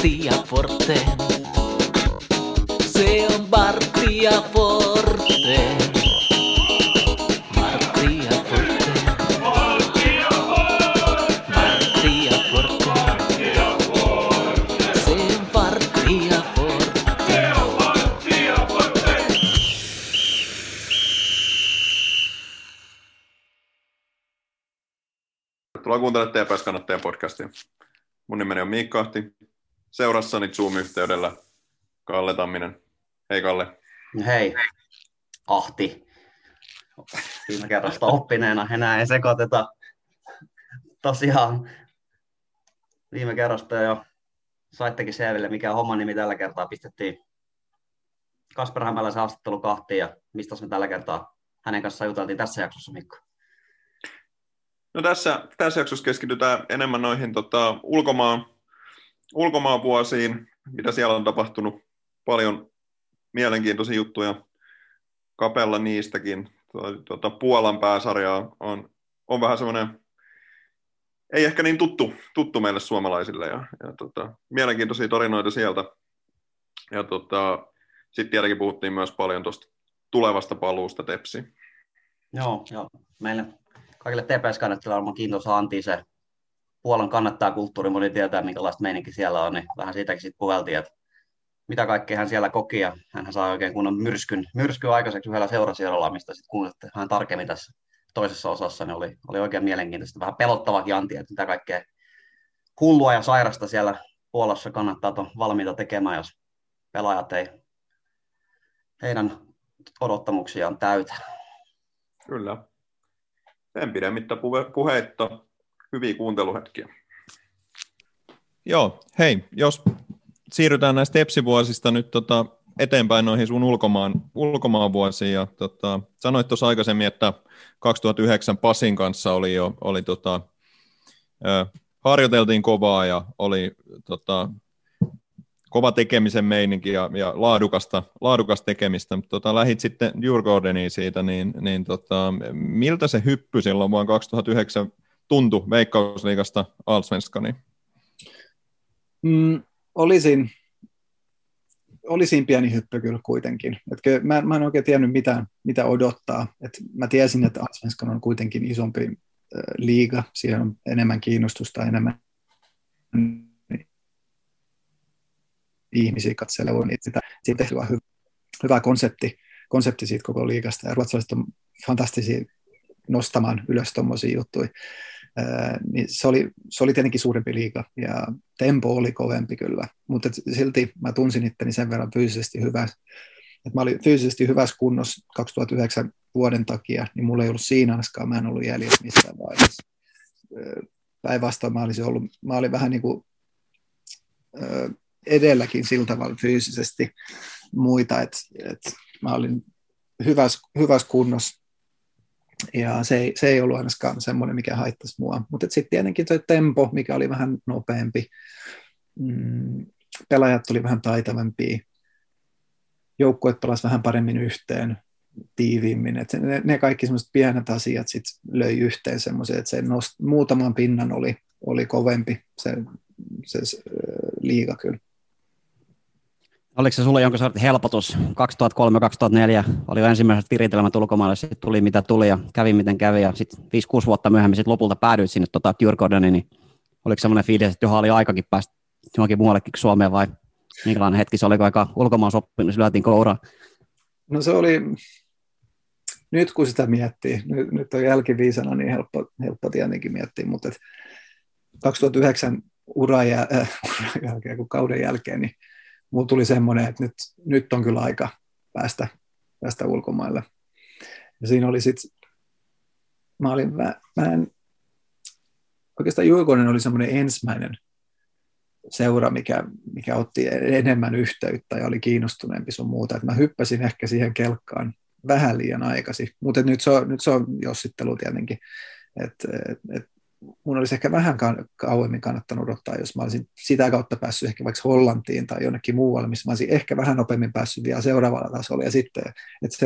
Martti ja Forte. Se on Martti ja Forte. Martti ja Forte. Martti ja Forte. Se on Martti ja Forte. Tervetuloa kuuntelemaan TPS-kannattajien podcastia. Mun nimeni on Miikka Ahti. Seurassani Zoom-yhteydellä Kalle Tamminen. Hei Kalle. Hei, Ahti. Viime kerrasta oppineena enää ei sekoiteta. Tosiaan viime kerrasta jo saittekin selville, mikä on homman nimi tällä kertaa. Pistettiin Kasper Hämäläisen haastattelu kahtiin ja mistä me tällä kertaa hänen kanssaan juteltiin tässä jaksossa, Mikko? No tässä jaksossa keskitytään enemmän noihin ulkomaan vuosiin, mitä siellä on tapahtunut. Paljon mielenkiintoisia juttuja kapella niistäkin. Puolan pääsarja on vähän semmoinen, ei ehkä niin tuttu meille suomalaisille. Ja mielenkiintoisia tarinoita sieltä. Ja sitten tietenkin puhuttiin myös paljon tuosta tulevasta paluusta Tepsiin. Joo, meille kaikille TPS-kannattajille on kiintoisa antia se Puolan kannattajakulttuuri. Moni tietää, minkälaista meininki siellä on, niin vähän siitäkin sitten puheltiin, että mitä kaikkea hän siellä koki, ja hän sai oikein kunnon myrskyn aikaiseksi yhdellä seurasiedolla, mistä sitten kuulitte hän tarkemmin tässä toisessa osassa, niin oli oikein mielenkiintoista, vähän pelottavakin antia, että mitä kaikkea hullua ja sairasta siellä Puolassa kannattaa valmiita tekemään, jos pelaajat ei heidän odottamuksiaan täytä. Kyllä. Sen pidemmittä puheitta. Hyviä kuunteluhetkiä. Joo, hei, jos siirrytään näistä Tepsi-vuosista nyt eteenpäin noihin sun ulkomaan vuosiin. Ja, sanoit tuossa aikaisemmin, että 2009 Pasin kanssa harjoiteltiin kovaa ja oli kova tekemisen meininki ja laadukasta tekemistä. Lähit sitten Djurgårdeniin siitä, niin miltä se hyppy silloin vuonna 2009 tuntui Veikkausliigasta Allsvenskaniin? Oli siinä pieni hyppy kyllä kuitenkin. Mä en oikein tiennyt mitä odottaa. Mä tiesin, että Allsvenskan on kuitenkin isompi liiga. Siihen on enemmän kiinnostusta, enemmän ihmisiä katselemaan. Siitä tehty hyvä konsepti siitä koko liigasta. Ja ruotsalaiset on fantastisia nostamaan ylös tuommoisia juttuja. Niin se oli tietenkin suurempi liiga ja tempo oli kovempi kyllä, mutta silti mä tunsin itteni sen verran fyysisesti hyvässä. Mä olin fyysisesti hyvässä kunnossa 2009 vuoden takia, niin mulla ei ollut siinä ainakaan, mä en ollut jäljessä missään vaiheessa. Päinvastoin mä olin vähän niin kuin edelläkin sillä tavalla fyysisesti muita, että mä olin hyvässä kunnossa. Ja se ei ollut ainakaan semmoinen, mikä haittaisi mua. Mutta sitten tietenkin tuo tempo, mikä oli vähän nopeampi. Pelaajat tuli vähän taitavampia. Joukkueet pelasivat vähän paremmin yhteen, tiiviimmin. Et ne kaikki semmoiset pienet asiat sit löi yhteen semmoisen, että se muutaman pinnan oli kovempi se liiga kyllä. Oliko se sulle jonkin sortin helpotus? 2003-2004 oli jo ensimmäiset viritelmät ulkomaille, sitten tuli mitä tuli ja kävi miten kävi, ja sitten 5-6 vuotta myöhemmin sit lopulta päädyit sinne Djurgårdeniin, niin oliko semmoinen fiilis, että johon oli aikakin päästä johonkin muuallekin kuin Suomeen, vai minkälainen hetki se oli, kun aika ulkomaan sopimus lyötiin kouraan? No se oli, nyt kun sitä miettii, nyt on jälkiviisana niin helppo tietenkin miettiä, mutta 2009 kauden jälkeen, niin mulla tuli semmoinen, että nyt on kyllä aika päästä ulkomaille. Ja siinä oli sitten, oikeastaan Djurgården oli semmoinen ensimmäinen seura, mikä otti enemmän yhteyttä ja oli kiinnostuneempi sun muuta. Että mä hyppäsin ehkä siihen kelkkaan vähän liian aikaisin, mutta nyt se on jossittelu tietenkin. Mun olisi ehkä vähän kauemmin kannattanut odottaa, jos mä olisin sitä kautta päässyt ehkä vaikka Hollantiin tai jonnekin muualle, missä mä olisin ehkä vähän nopeammin päässyt vielä seuraavalla tasolla. Ja sitten, että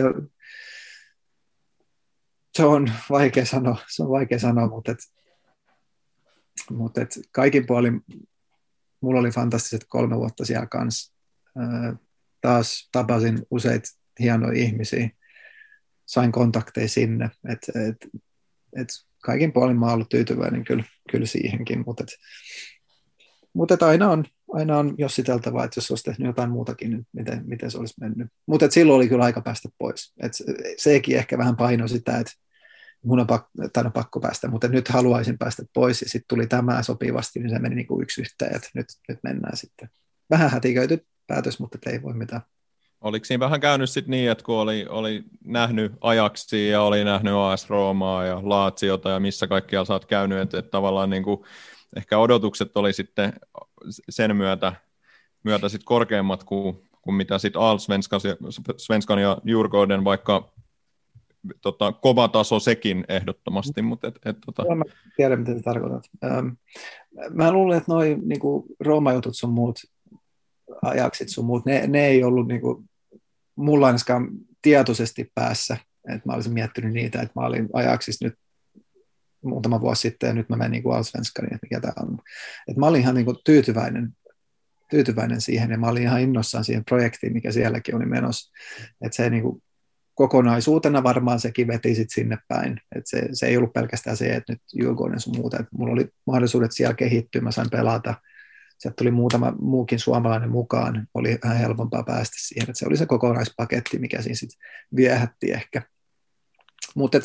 se on vaikea sanoa, mutta kaikin puolin mulla oli fantastiset 3 vuotta siellä kanssa. Taas tapasin useita hienoja ihmisiä, sain kontakteja sinne, et kaikin puolin mä oon ollut tyytyväinen kyllä siihenkin, mutta aina on jossiteltavaa, että jos olisi tehnyt jotain muutakin, niin miten se olisi mennyt. Mutta silloin oli kyllä aika päästä pois. Sekin ehkä vähän painoi sitä, että mun on pakko päästä, mutta nyt haluaisin päästä pois, ja sitten tuli tämä sopivasti, niin se meni niin kuin yksi yhteen, että nyt mennään sitten. Vähän hätiköity päätös, mutta ei voi mitään. Oliko siinä vähän käynyt sitten niin, että kun oli nähnyt Ajaxia ja oli nähnyt AS Roomaa ja Laziota ja missä kaikkialla sä oot käynyt, että tavallaan niin kuin ehkä odotukset oli sitten sen myötä sit korkeammat kuin mitä sitten Allsvenskan ja Djurgården, vaikka kova taso sekin ehdottomasti. Mutta Mä tiedän, mitä tarkoitat. Mä luulen, että noi niinku Rooma-jutut sun muut, Ajaxit sun muut, ne ei ollut niinku, mulla ainakaan tietoisesti päässä, että mä olisin miettinyt niitä, että mä olin Ajaxissa nyt muutama vuosi sitten, ja nyt mä menen niin Allsvenskaniin, että mikä tämä on. Että mä olin ihan niin kuin tyytyväinen siihen, ja mä olin ihan innossaan siihen projektiin, mikä sielläkin oli menossa. Että se niin kuin kokonaisuutena varmaan sekin veti sit sinne päin. Että se ei ollut pelkästään se, että nyt Djurgården sun muuta. Että mulla oli mahdollisuudet siellä kehittyä, mä sain pelata. Sieltä tuli muutama muukin suomalainen mukaan. Oli vähän helpompaa päästä siihen. Että se oli se kokonaispaketti, mikä siinä sitten viehätti ehkä. Mutta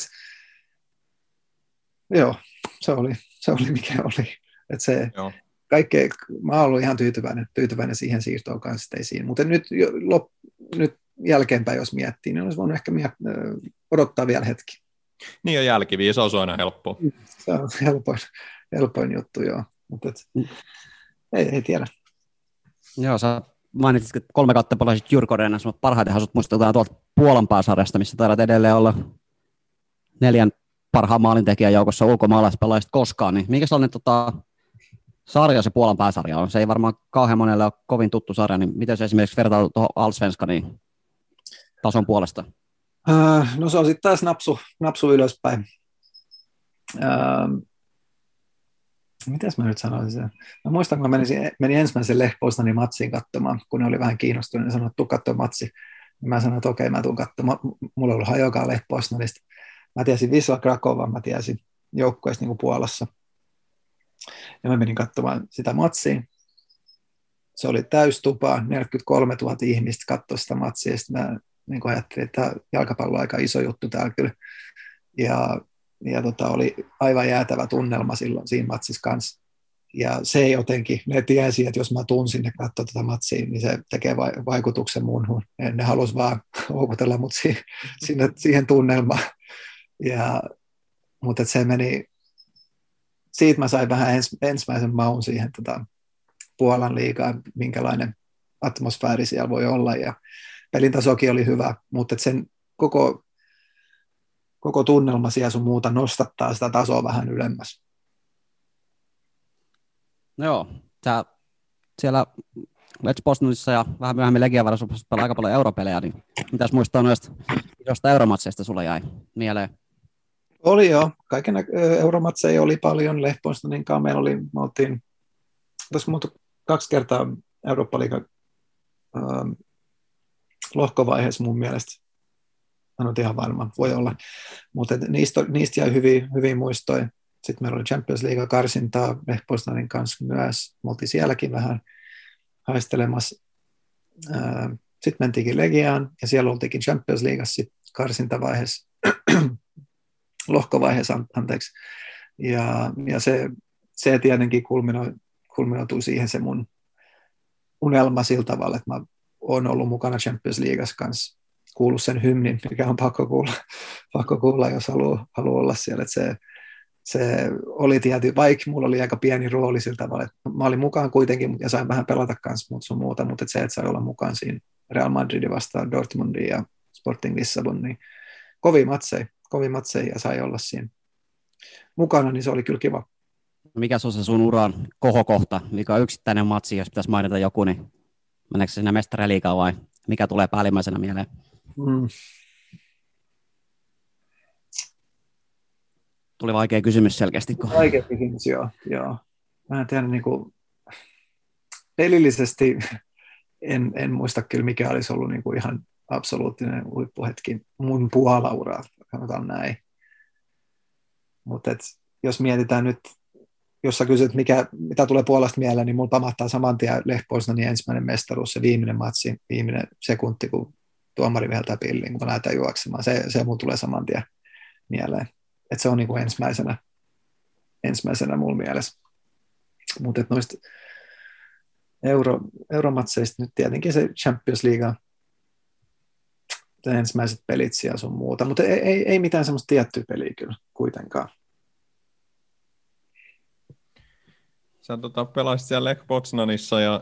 joo, se oli mikä oli. Että se kaikkea, mä oon ollut ihan tyytyväinen siihen siirtoon kanssa, ei siinä. Mutta nyt jälkeenpäin, jos miettii, niin olisi voinut ehkä odottaa vielä hetki. Niin, ja jälkiviisaus on aina helppoa. Se on helpoin juttu, joo. Mutta ei tiedä. Joo, sä mainitsit, että 3 kautta pelasit Djurgårdenassa, mutta parhaitenhan sut muistetaan tuolta Puolan pääsarjasta, missä taidat edelleen olla 4 parhaan maalintekijän joukossa ulkomaalaispelaajista koskaan, niin mikä sellainen sarja se Puolan pääsarja on? Se ei varmaan kauhean monelle ole kovin tuttu sarja, niin miten se esimerkiksi vertailtu tuohon Allsvenskaniin tason puolesta? No se on sitten taas napsu ylöspäin. Mitäs mä nyt sanoisin sen? Mä muistan, kun mä menin ensimmäisen Lech Poznanin matsiin katsomaan, kun ne oli vähän kiinnostuneet, ne sanoivat, että tuu katsomaan matsi. Mä sanoin, että okei, mä tuun katsomaan. Mulla ei ollut hajoakaan Lech Poznanista. Mä tiesin Wisła Krakowan, mä tiesin joukkueesta niin puolassa. Ja mä menin katsomaan sitä matsia. Se oli täystupa, 43 000 ihmistä katsoi sitä matsia. Ja sitten mä niin ajattelin, että jalkapallo on aika iso juttu täällä kyllä. Ja oli aivan jäätävä tunnelma silloin siinä matsissa kanssa. Ja se jotenkin, ne tiesi, että jos mä tuun sinne katsoa tätä matsia, niin se tekee vaikutuksen muuhun. Ne halusi vaan houkutella mut siihen tunnelmaan. Mutta se meni, siitä mä sain vähän ensimmäisen maun siihen Puolan liigaan, minkälainen atmosfääri siellä voi olla, ja pelin tasokin oli hyvä, mutta sen koko tunnelma siellä sun muuta nostattaa sitä tasoa vähän ylemmäs. Joo, sä siellä Lech Poznanissa ja vähän myöhemmin Legiavarassa pelaa aika paljon europelejä, niin mitäs muistaa noista isosta euromatseista sulla jäi mieleen? Oli joo, kaiken euromatseja oli paljon, Lech Poznanin kanssa me oltiin tässä 2 kertaa Eurooppa-liigan lohkovaiheessa mun mielestä. Mä en ole ihan varma, voi olla, mutta niistä jäi hyviä muistoja. Sitten meillä oli Champions League-karsintaa Lech Poznanin kanssa myös, me oltiin sielläkin vähän haistelemassa. Sitten mentiinkin Legiaan, ja siellä oltiinkin Champions Leagueassa karsintavaiheessa, lohkovaiheessa, anteeksi. Ja se tietenkin kulminoitui siihen se mun unelma sillä tavalla, että mä oon ollut mukana Champions Leagueassa kanssa, kuullut sen hymnin, mikä on pakko kuulla jos haluaa olla siellä. Että se oli tietysti, vaikka mulla oli aika pieni rooli sillä tavalla, että mä olin mukaan kuitenkin ja sain vähän pelata kanssa sun muuta, mutta se, että sai olla mukaan siinä Real Madridin vastaan Dortmundin ja Sporting Lissabon, niin kovia matseja ja sai olla siinä mukana, niin se oli kyllä kiva. Mikä se on se sun uran kohokohta, mikä on yksittäinen matsi, jos pitäisi mainita joku, niin meneekö se sinne mestariliigaan vai mikä tulee päällimmäisenä mieleen? Tuli vaikea kysymys selkeästi. Vaikea kysymys, joo. Mä en tiedä, pelillisesti en muista kyllä, mikä olisi ollut niin kuin ihan absoluuttinen huippuhetki mun puolauraa, sanotaan näin. Mutta jos mietitään nyt, jos sä kysyt, mitä tulee Puolasta mieleen, niin mulla pamahtaa saman tien Lech Poznanin ensimmäinen mestaruus, se viimeinen matsi, viimeinen sekunti, kun tuomari viheltää pillin, kun mä lähdetään juoksemaan. Se mun tulee saman tien mieleen. Et se on niin kuin ensimmäisenä mulla mielessä. Mutta noista euromatseista nyt tietenkin se Champions League, ensimmäiset pelit siellä sun muuta, mutta ei mitään semmoista tiettyä peliä kyllä kuitenkaan. Sä pelasit siellä Lech Poznanissa ja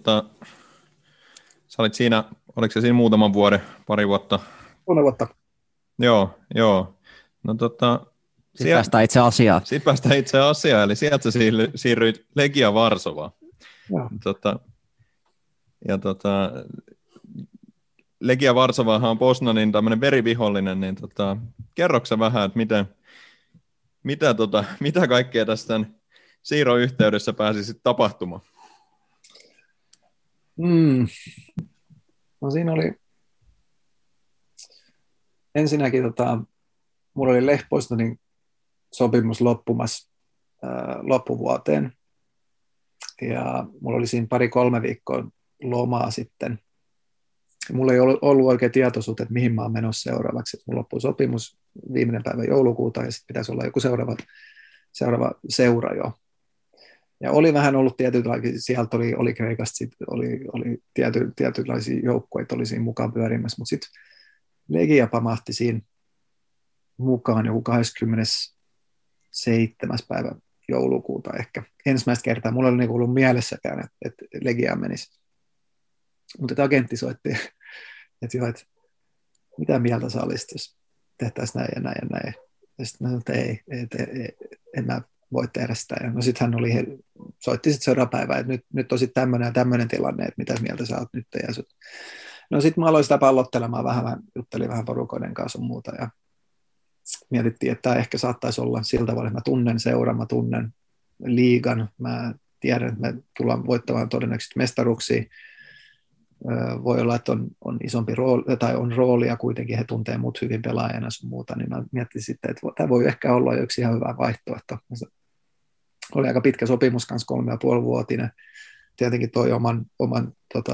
sä olit siinä, oliko se siinä muutaman vuoden, pari vuotta? 3 vuotta. Joo. No Sitten päästään itse asiaan. Sitten päästään itse asiaan, eli sieltä sä siirryit Legia Varsovaan. Joo. Legia Varsovahan on Poznanin tämmöinen verivihollinen, niin kerroksä vähän, että mitä kaikkea tässä siirron yhteydessä pääsi tapahtumaan? No siinä oli ensinnäkin mulla oli Lech Poznanin sopimus loppumassa loppuvuoteen ja mulla oli siinä 2-3 viikkoa lomaa sitten. Mulla ei ollut oikein tietoisuutta, että mihin mä oon menossa seuraavaksi. Mulla loppui sopimus viimeinen päivä joulukuuta ja sitten pitäisi olla joku seuraava seura jo. Ja oli vähän ollut tietynlaisia, sieltä oli Kreikasta, oli tietynlaisia joukkueita oli siinä mukaan pyörimässä, mutta sitten Legia pamahti siinä mukaan joku 27. päivä joulukuuta ehkä. Ensimmäistä kertaa mulla ei ollut ollut mielessäkään, että Legia menisi. Mutta agentti soitti, että mitä mieltä sä olisit, jos tehtäisiin näin ja näin ja näin. Ja sitten mä sanoin, että en mä voi tehdä sitä. Ja no sitten hän soitti sitten seuraava päivä, että nyt on sitten tämmöinen ja tämmöinen tilanne, että mitä mieltä sä oot nyt. No sitten mä aloin sitä pallottelemaan vähän, juttelin vähän porukoiden kanssa ja muuta. Ja mietittiin, että tämä ehkä saattaisi olla sillä tavalla, että mä tunnen seuran, mä tunnen liigan, mä tiedän, että me tullaan voittamaan todennäköisesti mestaruksia. Voi olla, että on isompi rooli, tai on roolia kuitenkin, he tuntee mut hyvin pelaajana sun muuta, niin mä miettin sitten, että tämä voi ehkä olla yksi ihan hyvä vaihtoehto. Oli aika pitkä sopimus kanssa, 3,5-vuotinen. Tietenkin toi oman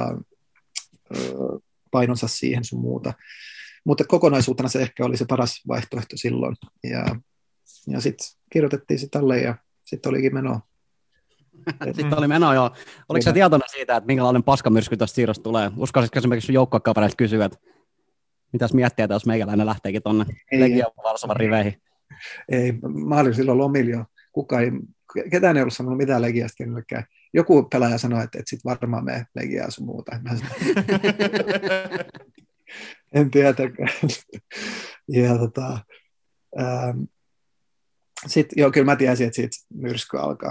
painonsa siihen sun muuta. Mutta kokonaisuutena se ehkä oli se paras vaihtoehto silloin. Ja sitten kirjoitettiin se tälle ja sitten olikin menoa. Sitten oli meno, joo. Oliko sä tietoinen siitä, että minkälainen paskamyrsky tästä siirrosta tulee? Uskoisitko esimerkiksi sun joukkuekavereilta kysyä, että mitäs miettiä, jos meikäläinen lähteekin tuonne Legia Varsovan riveihin? Ei, mä olin silloin lomilla jo. Ketään ei ollut sanonut mitään Legiasta kenellekään. Joku pelaaja sanoi, että sit varmaan mene Legiaa sun muuta. En tiedäkään. Ja sitten joo, kyllä mä tiesin, että siitä myrsky alkaa.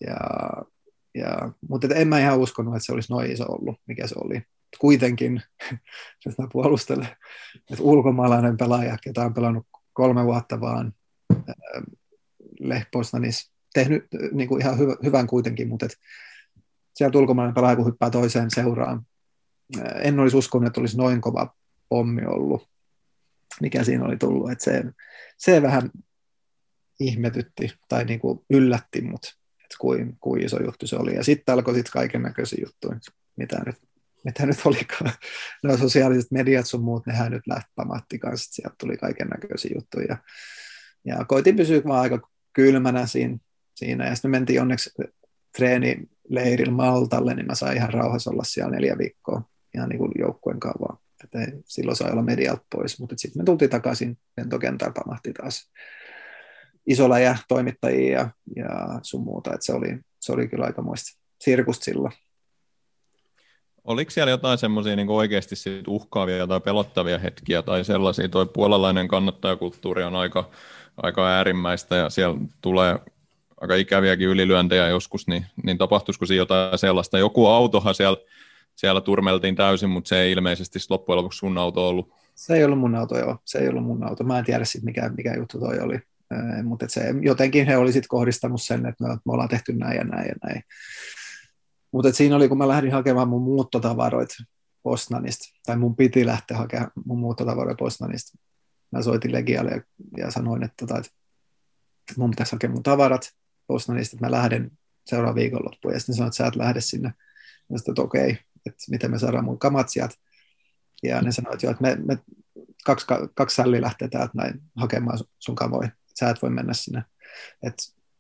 Mutta en mä ihan uskonut, että se olisi noin iso ollut, mikä se oli. Kuitenkin, jos mä puolustelen, että ulkomaalainen pelaaja, ketä on pelannut 3 vuotta vaan Lech Poznanissa, tehnyt niin kuin ihan hyvän kuitenkin, mutta sieltä ulkomaalainen pelaaja, kun hyppää toiseen seuraan, en olisi uskonut, että olisi noin kova pommi ollut, mikä siinä oli tullut. Että se vähän ihmetytti tai niin kuin yllätti mut, että kuin iso juttu se oli. Ja sitten alkoi kaiken näköisiä juttuja, mitä nyt olikaan. No sosiaaliset mediat sun muut, nehän nyt lähti pamahti kanssa, sieltä tuli kaiken näköisiä juttuja. Ja koitin pysyä vaan aika kylmänä siinä. Ja sitten me mentiin onneksi treenileirillä Maltalle, niin mä sain ihan rauhassa olla siellä 4 viikkoa ihan niin kuin joukkueen kanssa. Silloin sai olla medialta pois, mutta sitten me tultiin takaisin lentokentällä, pamahti taas iso läjä toimittajia ja sun muuta, että se oli kyllä aikamoista sirkusta silloin. Oliko siellä jotain semmoisia niin oikeasti uhkaavia tai pelottavia hetkiä tai sellaisia? Tuo puolalainen kannattajakulttuuri on aika äärimmäistä ja siellä tulee aika ikäviäkin ylilyöntejä joskus, niin tapahtuisiko siinä jotain sellaista? Joku autohan siellä turmeltiin täysin, mutta se ei ilmeisesti loppujen lopuksi sun auto ollut. Se ei ollut mun auto, joo. Se ei ollut mun auto. Mä en tiedä sitten mikä juttu toi oli. Mutta jotenkin he oli sitten kohdistanut sen, että me ollaan tehty näin ja näin ja näin. Mutta siinä oli, kun mä lähdin hakemaan mun muuttotavaroita Poznanista, tai mun piti lähteä hakemaan mun muuttotavaroita Poznanista. Mä soitin Legialle ja sanoin, että mun pitäisi hakea mun tavarat Poznanista, että mä lähden seuraavan viikonloppuun. Ja sitten sanoin, että sä et lähde sinne. Ja sitten, että okei, että miten me saadaan mun kamat sieltä. Ja ne sanoivat, että, joo, että me kaksi sälliä lähtee täältä näin hakemaan sun kamoja. Sä et voi mennä sinne. Että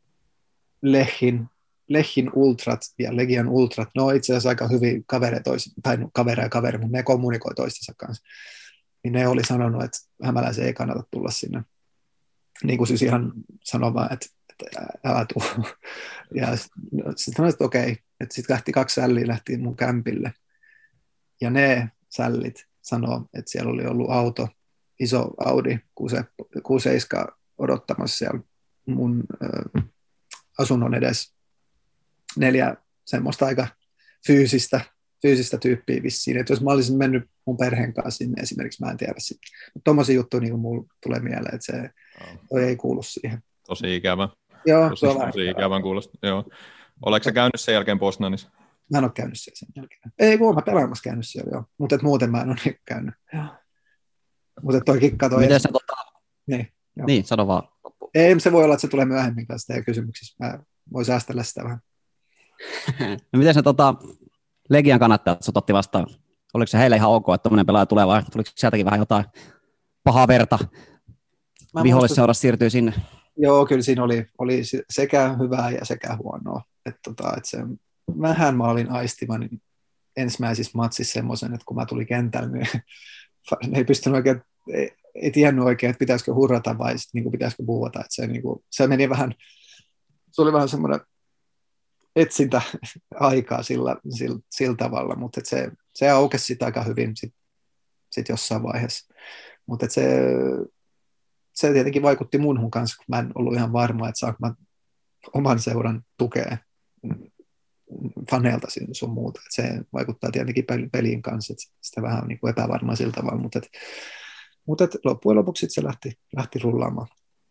Lechin Ultrat ja Legian Ultrat, ne on itse asiassa aika hyviä kavereita, tai kaveri, mutta ne kommunikoi toistensa kanssa. Niin ne oli sanonut, että hämäläisen ei kannata tulla sinne. Niin kuin siis ihan sanomaan, että älä tuu. Ja sitten sanoin, että okei. Että sitten lähti 2 sälliä lähti mun kämpille. Ja ne sällit sanoo, että siellä oli ollut auto, iso Audi Q7 odottamassa siellä mun asunnon edes 4 semmoista aika fyysistä tyyppiä vissiin. Että jos mä olisin mennyt mun perheen kanssa sinne esimerkiksi, mä en tiedä sitten. Mutta tommosia juttuja niin mulla tulee mieleen, että se ei kuulu siihen. Tosi ikävä. Joo, tosi ikävän kuulosta. Joo. Oletko sä käynyt sen jälkeen Poznanissa? Mä en ole käynyt siellä sen jälkeen. Ei, kun mä pelaamassa käynyt siellä, joo. Mutta muuten mä en ole niin käynyt. Mutta toi kikka toi... Miten se Niin, sano vaan. Ei, se voi olla, että se tulee myöhemmin kanssa teidän kysymyksissä. Mä voin säästellä sitä vähän. No miten se Legian kannattajat sut otti vastaan? Oliko se heille ihan ok, että tommoinen pelaaja tulee vai tuliko sieltäkin vähän jotain pahaa verta? Vihollisseurassa siirtyy sinne. Joo, kyllä siinä oli sekä hyvää ja sekä huonoa. Että se vähän mä olin aistivan ensimmäisissä matsissa semmoisen, että kun mä tulin kentälle, niin ne ei pystynyt oikein, ei tiennyt oikein, että pitäisikö hurrata vai sit, niin kuin pitäisikö puhua. Että se meni vähän, se oli vähän semmoinen etsintä aikaa sillä tavalla, mutta se aukesi sitä aika hyvin sit jossain vaiheessa. Mutta se tietenkin vaikutti munhun kanssa, kun mä en ollut ihan varma, että saanko mä oman seuran tukea faneilta sun muuta. Et se vaikuttaa tietenkin peliin kanssa, että sitä vähän on niin kuin epävarmaa sillä tavalla, mutta loppujen lopuksi se lähti rullaamaan.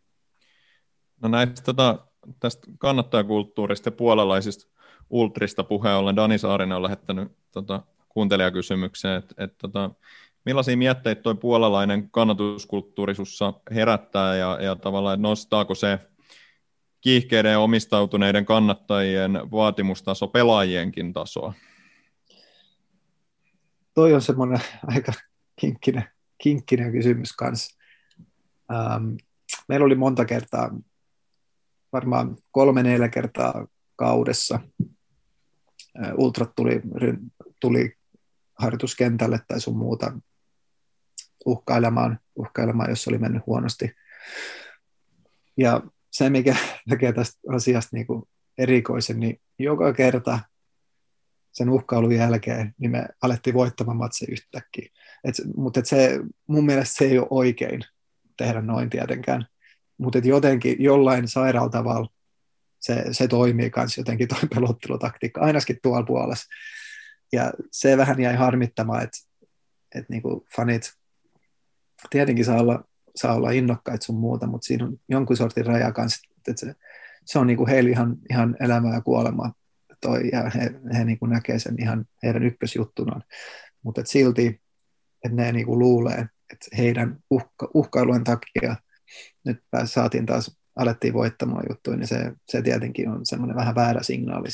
No tästä kannattajakulttuurista ja puolalaisista ultrista puheen ollen Dani Saarinen on lähettänyt kuuntelijakysymykseen, että millaisia mietteitä tuo puolalainen kannatuskulttuuri sussa herättää ja tavallaan, että nostaako se kiihkeiden ja omistautuneiden kannattajien vaatimustaso pelaajienkin tasoa? Toi on semmoinen aika kinkkinen kysymys kanssa. Meillä oli monta kertaa, varmaan 3-4 kertaa kaudessa. Ultrat tuli harjoituskentälle tai sun muuta uhkailemaan, jos oli mennyt huonosti. Ja se, mikä tekee tästä asiasta niin kuin erikoisen, niin joka kerta sen uhkailun jälkeen niin me alettiin voittamaan matseja yhtäkkiä. Mutta mun mielestä se ei ole oikein tehdä noin tietenkään. Mutta jotenkin jollain sairaalla tavalla se toimii myös jotenkin toi pelottelutaktiikka, ainakin tuolla puolessa. Ja se vähän jäi harmittamaan, että niinku fanit tietenkin saa olla innokkaita sun muuta, mutta siinä on jonkun sortin raja kanssa, että se on niinku heillä ihan elämää ja kuolemaa ja he niinku näkee sen ihan heidän ykkösjuttunaan. Mutta silti, että ne niinku luulee, että heidän uhkailujen takia nyt alettiin voittamaan juttuja, niin se tietenkin on semmoinen vähän väärä signaali.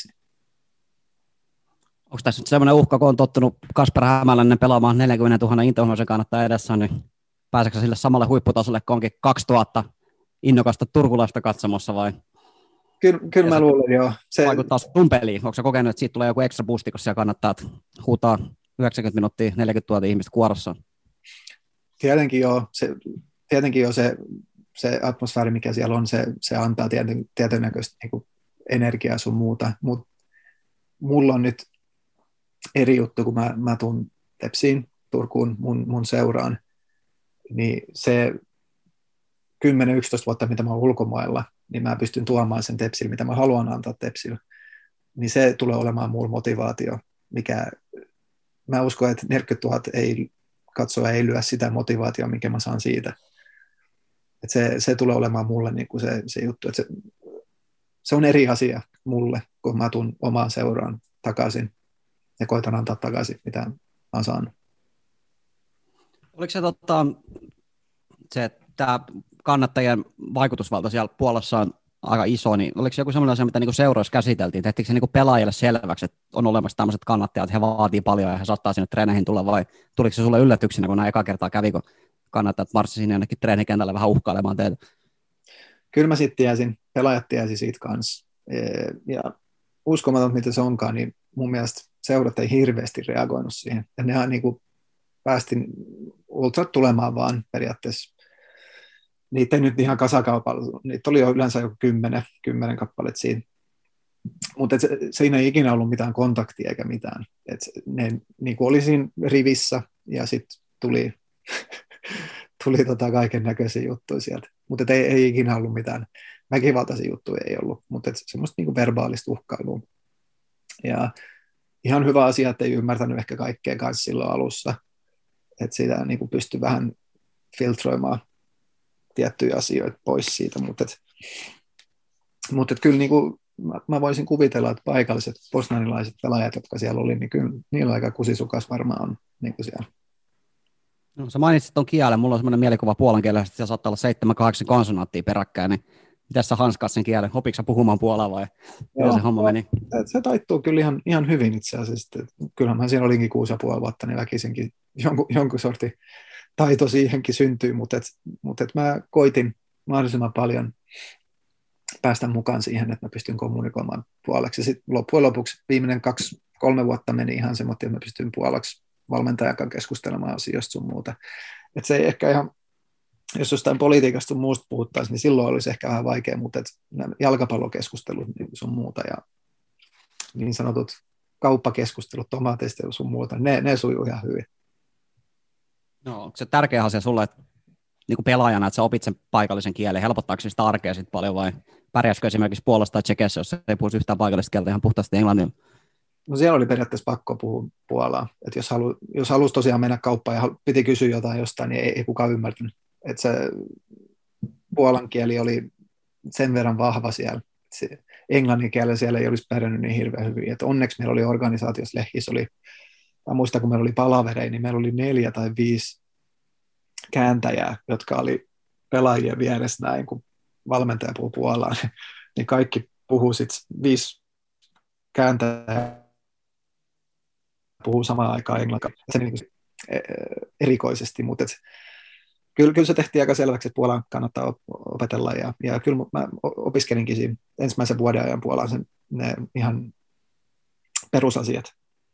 Onko tässä nyt semmoinen uhka, kun on tottunut Kasper Hämäläinen pelaamaan 40 000 intohimoisen kannattaa edessä, niin pääseekö sille samalle huipputasolle, kun onkin 2000 innokasta turkulaista katsomossa vai? Kyllä mä luulen, joo. Se vaikuttaa sun peliin. Onko sä kokenut, että siitä tulee joku ekstra boosti, kun siellä kannattaa huutaa 90 minuuttia 40 000 ihmistä kuorossa? Tietenkin joo, se atmosfääri, mikä siellä on, se antaa tietyn näköistä niin kuin energiaa sun muuta, mutta mulla on nyt eri juttu, kun mä tuun Tepsiin, Turkuun, mun seuraan, niin se 10-11 vuotta, mitä mä oon ulkomailla, niin mä pystyn tuomaan sen Tepsille, mitä mä haluan antaa Tepsille, niin se tulee olemaan mulla motivaatio, mikä mä uskon, että 40 000 ei lyö sitä motivaatiota, minkä mä saan siitä. Että se tulee olemaan mulle niin kuin se juttu, että se on eri asia mulle, kun mä tuun omaan seuraan takaisin ja koitan antaa takaisin, mitä olen saanut. Oliko se että tämä kannattajien vaikutusvalta siellä Puolassa on aika iso, niin oliko se joku sellainen asia, mitä niin seurauksessa käsiteltiin? Tehtiinkö se niin pelaajille selväksi, että on olemassa tämmöiset kannattajat, että he vaatii paljon ja he saattaa sinne treeneihin tulla, vai tuliko se sulle yllätyksenä, kun nämä eka kertaa kävi, kun kannattajat marssisivat sinne jonnekin treenikentälle vähän uhkailemaan teitä? Kyllä mä sitten tiesin, pelaajat tiesi siitä kanssa. Ja uskomaton, mitä se onkaan, niin mun mielestä seurat ei hirveästi reagoinut siihen. Ja nehän niin kuin päästin ultrat tulemaan vaan periaatteessa. Niitä ei nyt ihan kasakaupalla, niitä oli jo yleensä joku 10 kappaleet siinä. Mutta siinä ei ikinä ollut mitään kontaktia eikä mitään. Et ne niin kuin oli siinä rivissä ja sitten tuli kaiken näköisiä juttuja sieltä. Mutta ei ikinä ollut mitään väkivaltaisia juttuja, ei ollut. Mutta semmoista niin kuin verbaalista uhkailua. Ja ihan hyvä asia, että ei ymmärtänyt ehkä kaikkea kanssa silloin alussa. Että sitä niin kuin pystyi vähän filtroimaan tiettyjä asioita pois siitä, mutta kyllä niin kuin, mä voisin kuvitella, että paikalliset bosnanilaiset pelaajat, jotka siellä oli, niin kyllä niillä aika kusisukas varmaan on niin kuin siellä. No, sä mainitsit tuon kielen, mulla on semmoinen mielikuva puolan kielellä, että siellä saattaa olla 7-8 konsonanttia peräkkäin, niin miten sä hanskaat sen kielen? Opitko sä puhumaan puolaa vai miten se homma meni? Se taittuu kyllä ihan hyvin itse asiassa. Kyllähän mä siinä olinkin 6,5 vuotta, niin väkisinkin jonkun sortin taito siihenkin syntyy, mutta mä koitin mahdollisimman paljon päästä mukaan siihen, että mä pystyn kommunikoimaan puolaksi. Ja sitten loppujen lopuksi viimeinen 2-3 vuotta meni ihan semmoinen, että mä pystyn puolaksi valmentajan kanssa keskustelemaan asioista sun muuta. Että se ei ehkä ihan, jos jostain politiikasta sun muusta puhuttaisiin, niin silloin olisi ehkä vähän vaikea, mutta jalkapallokeskustelut niin sun muuta ja niin sanotut kauppakeskustelut tomaateista ja sun muuta, ne sujuu ihan hyvin. No, onko se tärkeä asia sulle, että niin kuin pelaajana, että sä opit sen paikallisen kielen, helpottaako sitä arkea sitten paljon vai pärjäskö esimerkiksi Puolassa tai Tšekissä, jos ei puhuisi yhtään paikallista kieltä ihan puhtaasti englantia? No siellä oli periaatteessa pakko puhua puolaa, että jos halusi tosiaan mennä kauppaan ja piti kysyä jotain jostain, niin ei kukaan ymmärtänyt. Että se puolan kieli oli sen verran vahva siellä, että englannin kielellä siellä ei olisi pärjännyt niin hirveän hyvin. Että onneksi meillä oli organisaatiossa Lehis oli, mä muistan kun meillä oli palavereja, niin meillä oli 4 tai 5 kääntäjää, jotka oli pelaajien vieressä näin, kun valmentaja puhuu puolaan, niin kaikki puhuu sitten 5 kääntäjää puhuu samaan aikaan englantia. Se niin erikoisesti, mutta kyllä se tehtiin aika selväksi, että Puolaan kannattaa opetella ja kyllä mä opiskelinkin siinä ensimmäisen vuoden ajan Puolaan ne ihan perusasiat.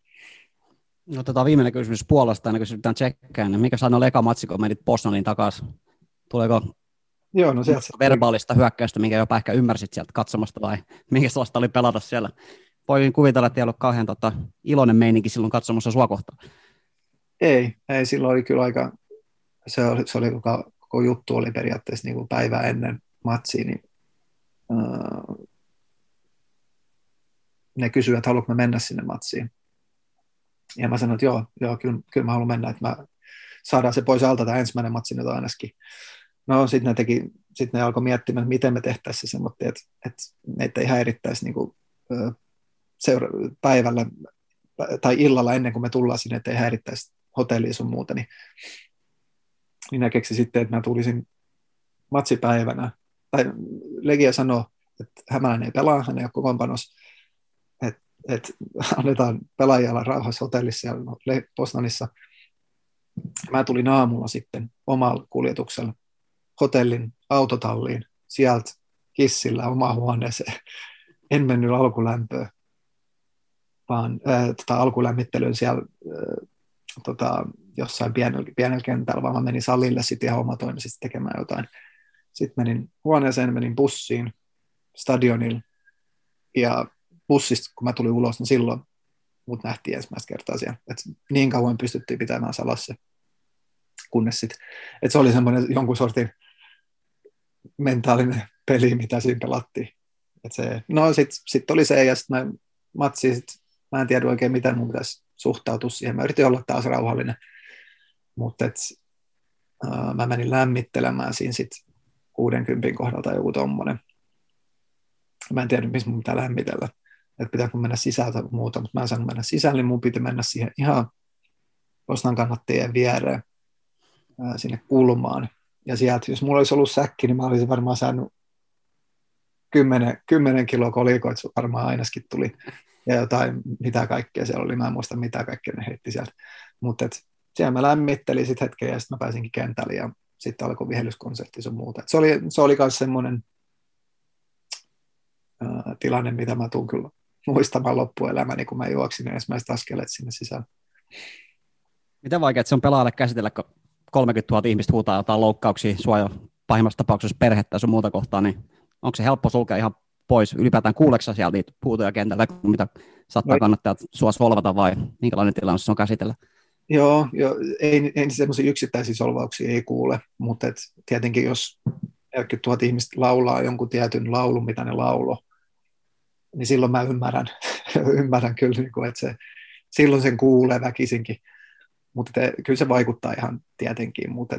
No, otetaan viimeinen kysymys Puolasta, ennen kuin kysytään Tšekkään. Niin mikä sanoi eka matsi, kun menit Poznaniin takaisin? Tuleeko verbaalista hyökkäystä, minkä jopa ehkä ymmärsit sieltä katsomasta, vai minkä sellaista oli pelata siellä? Voin kuvitella, että ei ollut kauhean iloinen meininki silloin katsomassa sua kohtaan. Ei, silloin oli kyllä aika, se oli koko juttu oli periaatteessa niin kuin päivää ennen matsia, niin ne kysyivät, että haluatko mennä sinne matsiin. Ja mä sanoin, että joo kyllä mä haluan mennä, että saadaan se pois alta tämä ensimmäinen matsi nyt ainakin. No sitten ne alkoi miettimään, että miten me tehtäisiin se semmoinen, että meitä ei häirittäisi niin kuin, päivällä tai illalla ennen kuin me tullaan sinne, että ei häirittäisi hotellia sun muuta. Niin minä keksin sitten, että mä tulisin matsipäivänä. Tai Legia sanoi, että Hämäläinen ei pelaa, hän ei ole kokoonpanossa. Että annetaan pelaajalla rauhassa hotellissa ja Poznanissa. Mä tulin aamulla sitten omalla kuljetuksella hotellin autotalliin, sieltä hissillä omaan huoneeseen. En mennyt alkulämpöön, vaan alkulämmittelyyn siellä jossain pienellä kentällä, vaan mä menin salille sitten ihan omatoimisesti tekemään jotain. Sitten menin huoneeseen, menin bussiin, stadionille ja bussista, kun mä tulin ulos, niin silloin mut nähtiin ensimmäistä kertaa siellä. Et niin kauan pystyttiin pitämään salassa, kunnes sitten, että se oli semmoinen jonkun sortin mentaalinen peli, mitä siinä pelattiin. Sitten oli se, ja sitten mä en tiedä oikein, miten mun pitäisi suhtautua siihen. Mä yritin olla taas rauhallinen, mutta mä menin lämmittelemään siinä sitten 60 kohdalta joku tommonen. Mä en tiedä, missä mun pitää lämmitellä. että pitääkö mennä sisältä muuta, mutta mä en saanut mennä sisälle, niin mun piti mennä siihen ihan Osnan kannattajien viereen sinne kulmaan. Ja sieltä, jos mulla olisi ollut säkki, niin mä olisin varmaan saanut 10 kiloa kolikoita, varmaan ainakin tuli. Ja jotain, mitä kaikkea siellä oli, mä en muista mitä kaikkea ne heitti sieltä. Mutta siellä mä lämmittelin sitten hetken ja sitten mä pääsinkin kentälle ja sitten alkoi vihellyskonsertti sun muuta. Et se oli myös semmoinen tilanne, mitä mä tuun kyllä muistamaan loppuelämäni, kun mä juoksin ensimmäiset askeleet sinne sisään. Miten vaikeaa se on pelaajalle käsitellä, kun 30 000 ihmistä huutaa jotain loukkauksia, sua jo pahimmassa tapauksessa perhettä ja sun muuta kohtaa, niin onko se helppo sulkea ihan pois? Ylipäätään kuuleksä sieltä niitä huutoja kentällä, mitä saattaa kannattajat sua solvata vai minkälainen tilanne se on käsitellä? Joo, ei semmoisia yksittäisiä solvauksia ei kuule, mutta tietenkin jos 40 000 ihmistä laulaa jonkun tietyn laulun, mitä ne laulo, niin silloin mä ymmärrän kyllä, että silloin sen kuulee väkisinkin. Mutta kyllä se vaikuttaa ihan tietenkin, mutta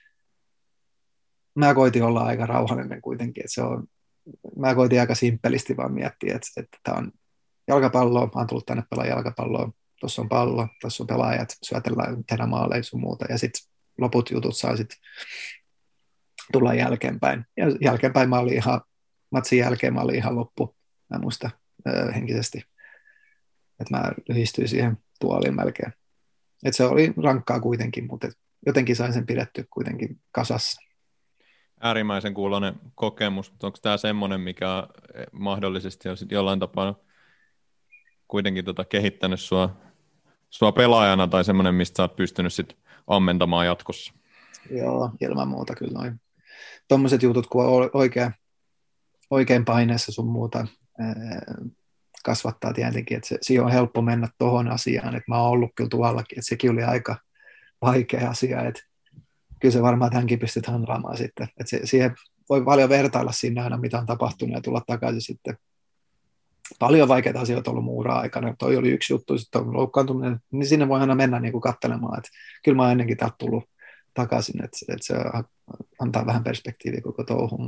mä koitin olla aika rauhallinen kuitenkin. Mä koitin aika simppelisti vaan miettiä, että tämä on jalkapalloa, mä oon tullut tänne pelaa jalkapalloa, tuossa on pallo, tuossa on pelaajat, syötellään, tehdään maaleja sun muuta, ja sitten loput jutut saa sitten tulla jälkeenpäin. Ja jälkeenpäin mä olin ihan, matsin jälkeen mä olin ihan loppu, mä muista henkisesti, että mä lyhistyin siihen tuoliin melkein. Että se oli rankkaa kuitenkin, mutta jotenkin sain sen pidettyä kuitenkin kasassa. Äärimmäisen kuuloinen kokemus, mutta onko tämä semmoinen, mikä mahdollisesti on jollain tapaa kuitenkin kehittänyt sua pelaajana tai semmoinen, mistä sä oot pystynyt sit ammentamaan jatkossa? Joo, ilman muuta kyllä noin. Tuommoiset jutut, kun on oikein paineessa sun muuta, kasvattaa tietenkin, että siihen on helppo mennä tuohon asiaan, että mä oon ollut kyllä tuollakin, että sekin oli aika vaikea asia, että kyllä se varmaan tämänkin pystyt handlaamaan sitten, että siihen voi paljon vertailla sinne aina, mitä on tapahtunut ja tulla takaisin sitten. Paljon vaikeita asioita on ollut muuraa aikana, toi oli yksi juttu, sitten on loukkaantuminen, niin sinne voi aina mennä niin kuin katselemaan, että kyllä mä oon ennenkin täältä tullut takaisin, että se antaa vähän perspektiiviä koko touhuun,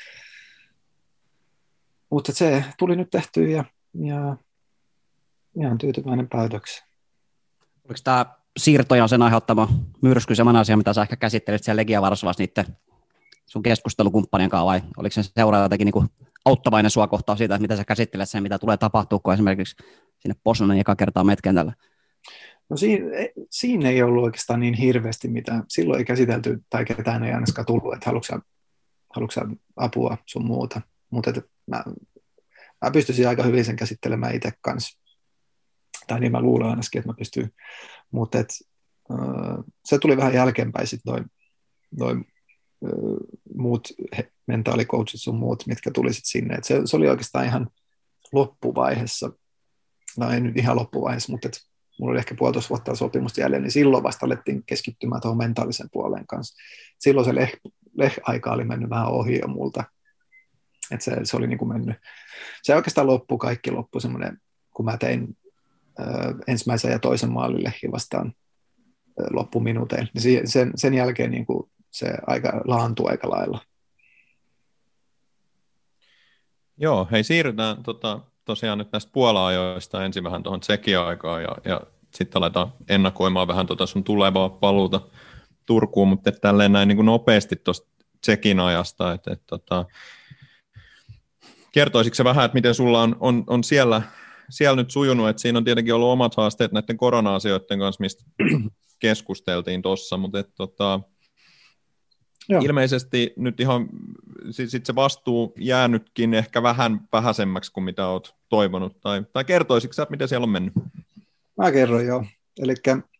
mutta se tuli nyt tehtyä ja ihan tyytyväinen päätöksi. Oliko tämä siirtoja sen aiheuttama myrsky semmoinen asia, mitä sä ehkä käsittelit siellä Legia Varsovassa niiden sun keskustelukumppanien kanssa, vai oliko se seuraava jotenkin niin auttavainen sua kohtaa siitä, että mitä sä käsittelet sen, mitä tulee tapahtua, kun esimerkiksi sinne Poznanin eka kertaa menet kentällä? No siinä ei ollut oikeastaan niin hirveästi mitään. Silloin ei käsitelty, tai ketään ei ainakaan tullut, että haluatko sä apua sun muuta. Mutta mä pystyisin aika hyvin sen käsittelemään itse kanssa. Tai niin mä luulen ainakin, että mä pystyn. Mutta se tuli vähän jälkeenpäin sitten noin muut mentaalikoutsit sun muut, mitkä tuli sitten sinne. Et se oli oikeastaan ihan loppuvaiheessa. No ei nyt ihan loppuvaiheessa, mutta mulla oli ehkä 1,5 vuotta sopimusta jäljellä, niin silloin vasta alettiin keskittymään tuohon mentaalisen puoleen kanssa. Silloin se aika oli mennyt vähän ohi jo multa. Että se oli niin kuin mennyt. Se oikeastaan kaikki loppui semmoinen, kun mä tein ensimmäisen ja toisen maalin Lehti vastaan loppuminuuteilla, niin sen jälkeen niin kuin se aika laantui aika lailla. Joo, hei siirrytään tosiaan nyt näistä Puola-ajoista ensin vähän tuohon Tsekin aikaan ja sitten aletaan ennakoimaan vähän sun tulevaa paluuta Turkuun, mutta tälleen näin niin kuin nopeasti tuosta Tsekin ajasta, kertoisitko se vähän, että miten sulla on siellä nyt sujunut, että siinä on tietenkin ollut omat haasteet näiden korona-asioiden kanssa, mistä keskusteltiin tuossa, mutta ilmeisesti nyt ihan sit se vastuu jäänytkin ehkä vähän vähäisemmäksi kuin mitä olet toivonut, tai kertoisitko sä, miten siellä on mennyt? Mä kerron joo, eli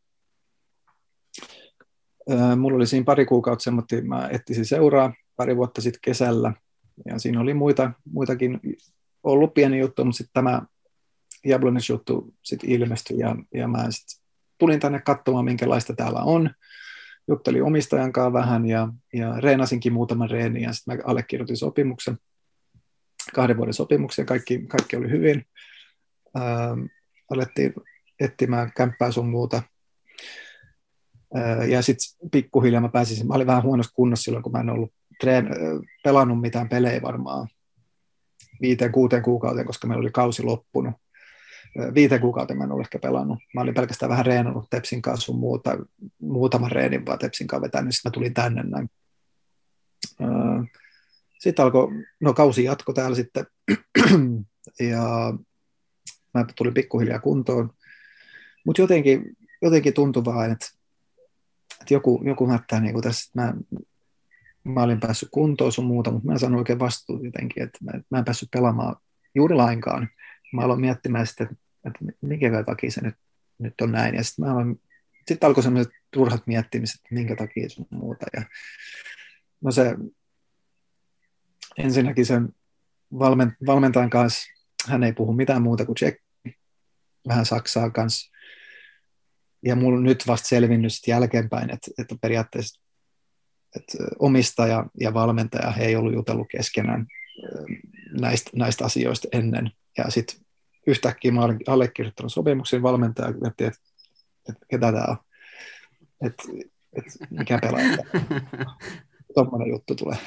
mulla oli siinä pari kuukautta semmoinen, mä etsisin seuraa pari vuotta sitten kesällä, ja siinä oli muitakin ollut pieni juttu, mutta sitten tämä Jablonec-juttu sitten ilmestyi, ja mä sitten tulin tänne katsomaan, minkälaista täällä on. Juttelin omistajan kanssa vähän, ja reenasinkin muutaman reenin, ja sitten mä allekirjoitin sopimuksen, 2 vuoden sopimuksen, kaikki oli hyvin. Alettiin etsimään kämppää sun muuta. Ja sitten pikkuhiljaa mä olin vähän huonossa kunnossa silloin, kun mä en ollut pelannut mitään pelejä varmaan 5-6 kuukauteen, koska meillä oli kausi loppunut. 5 kuukautta mä en ole ehkä pelannut. Mä olin pelkästään vähän reenannut Tepsin kanssa sun muuta, muutaman reenin vaan Tepsin kanssa vetänyt, sitten mä tulin tänne näin. Sitten alkoi, kausi jatkoi täällä sitten, ja mä tulin pikkuhiljaa kuntoon, mutta jotenkin tuntui vaan, että joku mättää niin tässä, että mä olin päässyt kuntoon sun muuta, mutta mä en saanut oikein vastuuta jotenkin, että mä en päässyt pelaamaan juuri lainkaan. Mä aloin miettimään sitten, että minkä takia se nyt on näin, ja sitten alkoi sellaiset turhat miettimiset, että minkä takia sun muuta, ja no se ensinnäkin sen valmentajan kanssa, hän ei puhu mitään muuta kuin tsekki, vähän saksaa kanssa, ja mulla on nyt vasta selvinnyt sitten jälkeenpäin, että periaatteessa että omistaja ja valmentaja he ei ollut jutellut keskenään näistä asioista ennen, ja sitten yhtäkkiä mä olin allekirjoittanut sopimuksen valmentaja, että ketä tämä on, että mikä pelaaja, tuommoinen juttu tulee.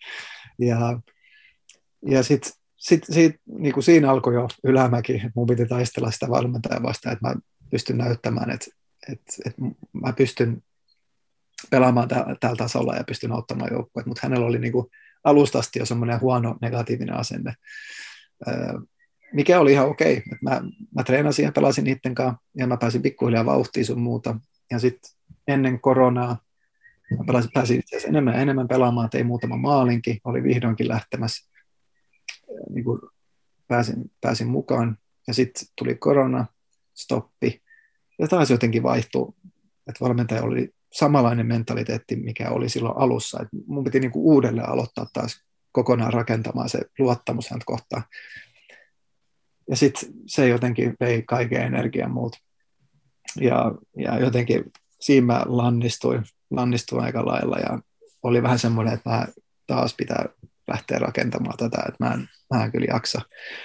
Ja sitten niin siinä alkoi jo ylämäki, mun piti taistella sitä valmentajaa vastaan, että mä pystyn näyttämään, että mä pystyn pelaamaan tällä tasolla ja pystyn auttamaan joukkueet, mutta hänellä oli niin kuin alusta asti jo semmoinen huono negatiivinen asenne, mikä oli ihan okei. Mä treenasin ja pelasin niiden kanssa ja mä pääsin pikkuhiljaa vauhtiin sun muuta, ja sitten ennen koronaa mä pääsin itse asiassa enemmän pelaamaan, tein muutaman maalinkin, oli vihdoinkin lähtemässä, niin kuin pääsin mukaan, ja sitten tuli korona, stoppi, ja taas jotenkin vaihtui, että valmentaja oli samanlainen mentaliteetti, mikä oli silloin alussa, että mun piti niin kuin uudelleen aloittaa taas kokonaan rakentamaan se luottamus häntä kohtaan, ja sitten se jotenkin vei kaiken energian multa, ja jotenkin siinä mä lannistuin aika lailla, ja oli vähän semmoinen, että mä taas pitää lähteä rakentamaan tätä, että mä en kyllä jaksa.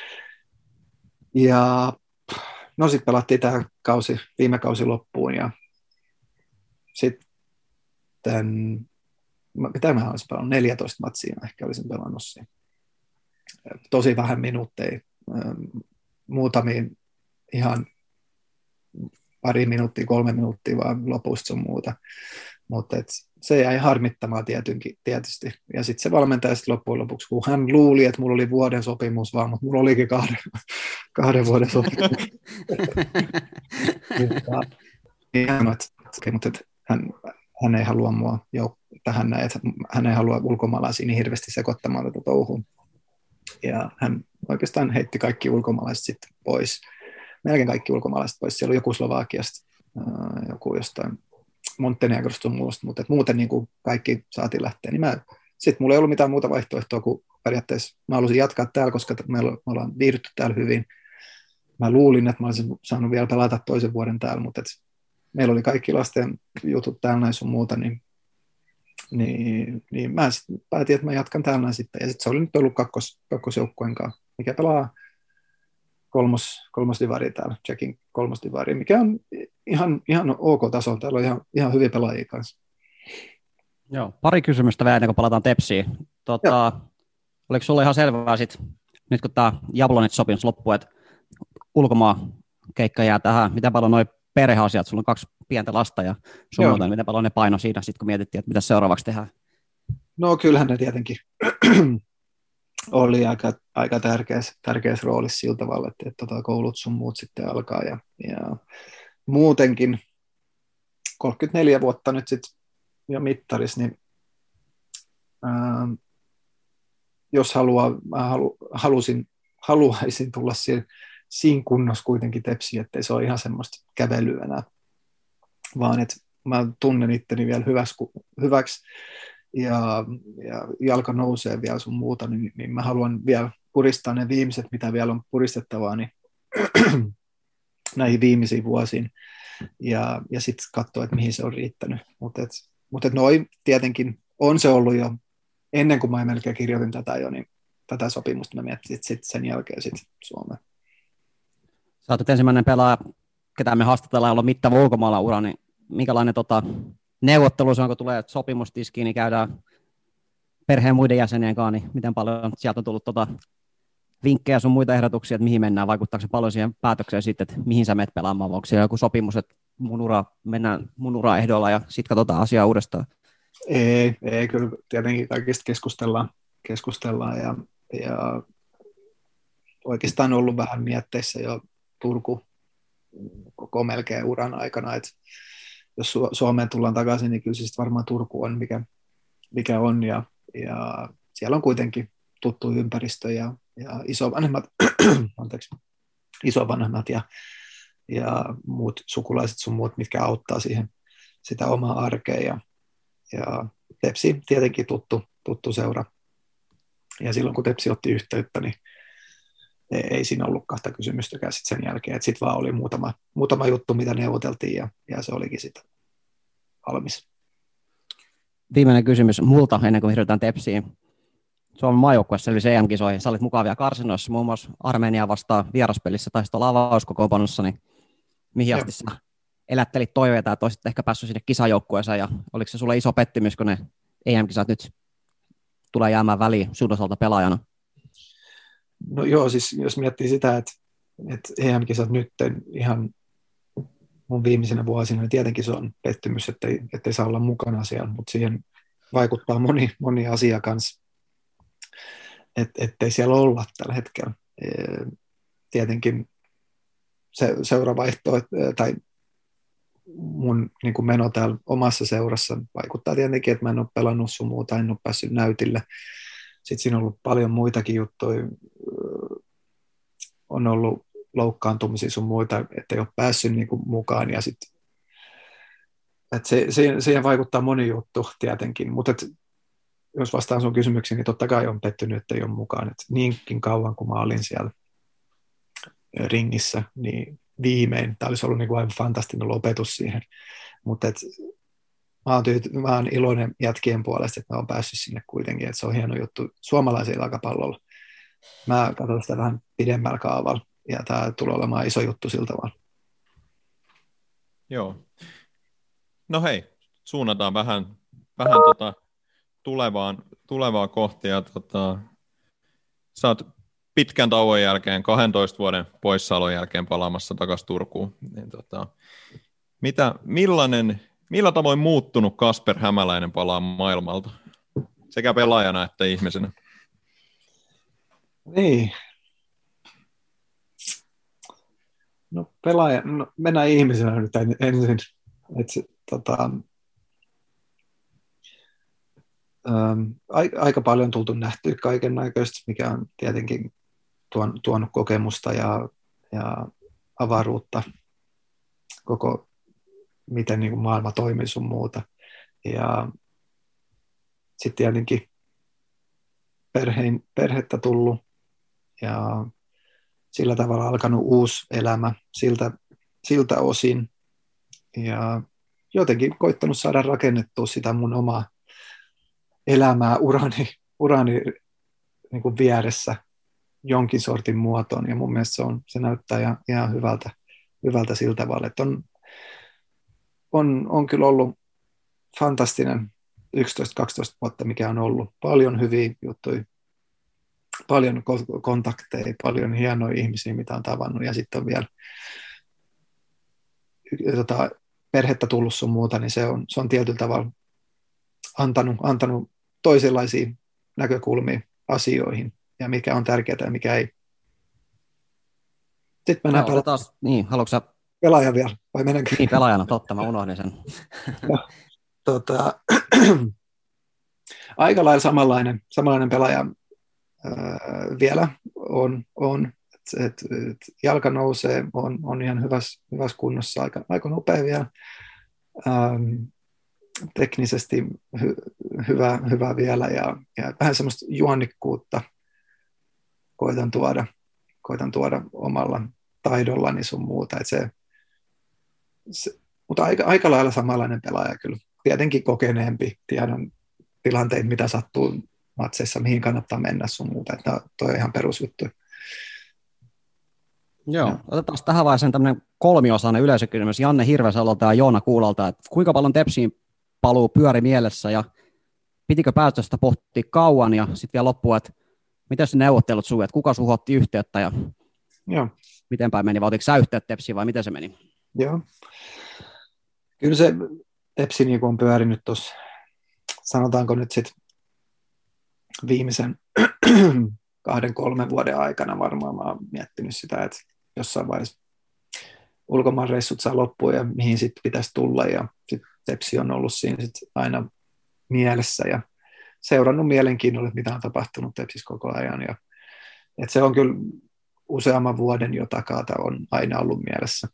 Ja no sitten pelattiin tämä viime kausi loppuun, ja sitten, mitä mä olisin pelannut, 14 matsia ehkä olisin pelannut siinä. Tosi vähän minuutteja, muutamiin ihan pari minuuttia, 3 minuuttia vaan lopusta sun muuta. Mutta se jäi harmittamaan tietysti. Ja sitten se valmentaja loppujen lopuksi, kun hän luuli, että mulla oli vuoden sopimus vaan, mutta mulla olikin 2 vuoden sopimus. Mutta hän ei halua mua tähän näin, että hän ei halua ulkomaalaisia niin hirveästi sekoittamaan tätä touhuun. Ja hän oikeastaan heitti kaikki ulkomaalaiset sitten pois. Melkein kaikki ulkomaalaiset pois. Siellä oli joku Slovakiasta, joku jostain Montenegrosta muusta, mutta muuten niin kuin kaikki saatiin lähteä. Niin sitten mulla ei ollut mitään muuta vaihtoehtoa kuin periaatteessa mä halusin jatkaa täällä, koska me ollaan viihdytty täällä hyvin. Mä luulin, että mä olisin saanut vielä pelata toisen vuoden täällä, mutta meillä oli kaikki lasten jutut täällä näin sun muuta, niin mä sitten päätin, että mä jatkan täällä sitten. Ja sitten se oli nyt ollut kakkosjoukkueen kanssa, mikä pelaa kolmosdivari täällä, Tsekin kolmosdivari, mikä on ihan ok tasolla. Täällä on ihan hyviä pelaajia kanssa. Joo, pari kysymystä vielä ennen kuin palataan Tepsiin. Oliko sulla ihan selvää sit, nyt kun tämä Jablonec-sopimus loppuu, että ulkomaan keikka jää tähän, miten paljon noi perheasiat, sulla on 2 pientä lasta ja sun muuta, miten paljon ne paino siinä, sit kun mietittiin, että mitä seuraavaksi tehdään? No kyllähän ne tietenkin oli aika tärkeässä roolissa sillä tavalla, että koulut sun muut sitten alkaa ja muutenkin 34 vuotta nyt sitten jo mittarissa, niin jos haluaisin tulla siinä kunnossa kuitenkin Tepsiin, ettei se ole ihan semmoista kävelyä enää, vaan että mä tunnen itteni vielä hyväksi ja jalka nousee vielä sun muuta, niin mä haluan vielä puristaa ne viimeiset, mitä vielä on puristettavaa, niin näihin viimeisiin vuosiin ja sitten katsoa, että mihin se on riittänyt. Mutta noi tietenkin on se ollut jo ennen kuin mä melkein kirjoitin tätä jo, niin tätä sopimusta mä mietin sitten sen jälkeen sitten Suomeen. Sä oot ensimmäinen pelaaja, ketä me haastatellaan, jolla on mittava ulkomailla ura, niin minkälainen neuvottelu se on, kun tulee sopimustiskiin, niin käydään perheen muiden jäsenien kanssa, niin miten paljon sieltä on tullut vinkkejä sun muita ehdotuksia, että mihin mennään, vaikuttaako se paljon siihen päätökseen sitten, että mihin sä menet pelaamaan, vai onko siellä joku sopimus, että mennään mun ura ehdolla ja sitten katsotaan asiaa uudestaan? Ei, kyllä tietenkin kaikista keskustellaan ja oikeastaan ollut vähän mietteissä jo Turku koko melkein uran aikana, että jos Suomeen tullaan takaisin, niin kyllä siis varmaan Turku on mikä on ja siellä on kuitenkin tuttu ympäristö ja isovanhemmat, isovanhemmat ja muut sukulaiset sun muut, mitkä auttaa siihen sitä omaa arkea ja Tepsi tietenkin tuttu seura. Ja silloin kun Tepsi otti yhteyttä, niin ei siinä ollut kahta kysymystäkään sit sen jälkeen. Sitten vaan oli muutama juttu, mitä neuvoteltiin ja se olikin sitten valmis. Viimeinen kysymys multa ennen kuin siirrytään Tepsiin. Suomen maajoukkue selvisi EM-kisoihin. Sä olit mukavia karsinoissa, muun muassa Armenia vastaan vieraspelissä tai sitten avauskokoonpanossa, niin mihin asti sä elättelit toiveita, että olisit ehkä päässyt sinne kisajoukkueeseen, ja oliko se sulle iso pettymys, kun ne EM-kisat nyt tulee jäämään väliin sun osalta pelaajana? No joo, siis jos miettii sitä, että EM-kisat nyt ihan mun viimeisenä vuosina, niin tietenkin se on pettymys, ettei saa olla mukana siellä, mutta siihen vaikuttaa moni asia kanssa, ettei siellä olla tällä hetkellä. Tietenkin se seuravaihto tai mun niin kuin meno täällä omassa seurassa vaikuttaa tietenkin, että mä en ole pelannut sun muuta, en ole päässyt näytille. Sitten siinä on ollut paljon muitakin juttuja, on ollut loukkaantumisia sun muita, ettei ole päässyt niin kuin mukaan ja sitten siihen vaikuttaa moni juttu tietenkin, mutta jos vastaan sun kysymyksiin, niin totta kai on pettynyt, että ei ole mukaan. Et niinkin kauan, kun mä olin siellä ringissä, niin tämä olisi ollut niin kuin aivan fantastinen lopetus siihen. Mutta mä oon iloinen jätkien puolesta, että mä oon päässyt sinne kuitenkin, että se on hieno juttu suomalaisilla jalkapallolla. Mä katson sitä vähän pidemmällä kaavalla, ja tämä tulee olemaan iso juttu siltä vaan. Joo. No hei, suunnataan vähän tulevaa kohti, ja sä oot pitkän tauon jälkeen, 12 vuoden poissaolon jälkeen palaamassa takaisin Turkuun. Niin millä tavoin muuttunut Kasper Hämäläinen palaa maailmalta, sekä pelaajana että ihmisenä? Niin. No mennään ihmisenä nyt ensin. Aika paljon tultu nähty kaiken näköistä, mikä on tietenkin tuonut kokemusta ja avaruutta koko, miten niin kuin maailma toimii sun muuta. Ja sitten tietenkin perhettä tullut ja sillä tavalla alkanut uusi elämä siltä osin. Ja jotenkin koittanut saada rakennettua sitä mun omaa elämää urani niin kuin vieressä jonkin sortin muotoon. Ja mun mielestä se näyttää ihan hyvältä siltä tavalla, että on kyllä ollut fantastinen 11-12 vuotta, mikä on ollut. Paljon hyviä juttuja, paljon kontakteja, paljon hienoja ihmisiä, mitä on tavannut, ja sitten on vielä perhettä tullut sun muuta, niin se on tietyllä tavalla antanut toisenlaisia näkökulmia asioihin, ja mikä on tärkeää ja mikä ei. Sitten mennään niin, haluatko sä pelaaja vielä, vai menenkö? Niin, pelaajana, totta, mä unohdin sen. Aika lailla samanlainen pelaaja vielä on. Et jalka nousee, on ihan hyvässä kunnossa, aika nopea vielä. Teknisesti hyvä vielä ja vähän semmoista juonnikkuutta koitan tuoda omalla taidollani sun muuta. Mutta aika lailla samanlainen pelaaja kyllä. Tietenkin kokeneempi, tiedän tilanteita, mitä sattuu matseissa, mihin kannattaa mennä sun muuta. Että toi on ihan perusjuttu. Joo, otetaan tähän vaiheeseen tämmöinen kolmiosainen yleisökysymys Janne Hirvesalolta ja Joona Kuulalta, että kuinka paljon Tepsiin paluu pyöri mielessä ja pitikö päätöstä pohtia kauan, ja sitten vielä loppuun, että Miten se neuvottelut sujui, että kuka sun otti yhteyttä ja Joo. miten päin meni, vai otitko sä yhteyttä Tepsiin vai miten se meni? Joo. Kyllä se Tepsi niin on pyörinyt tuossa, sanotaanko nyt sitten viimeisen 2-3 vuoden aikana varmaan mä oon miettinyt sitä, että jossain vaiheessa ulkomaanreissut saa loppuun ja mihin sitten pitäisi tulla, ja sitten Tepsi on ollut siinä sit aina mielessä ja seurannut mielenkiinnolla, mitä on tapahtunut Tepsissä koko ajan. Ja, et se on kyllä useamman vuoden jo takaa, on aina ollut mielessä.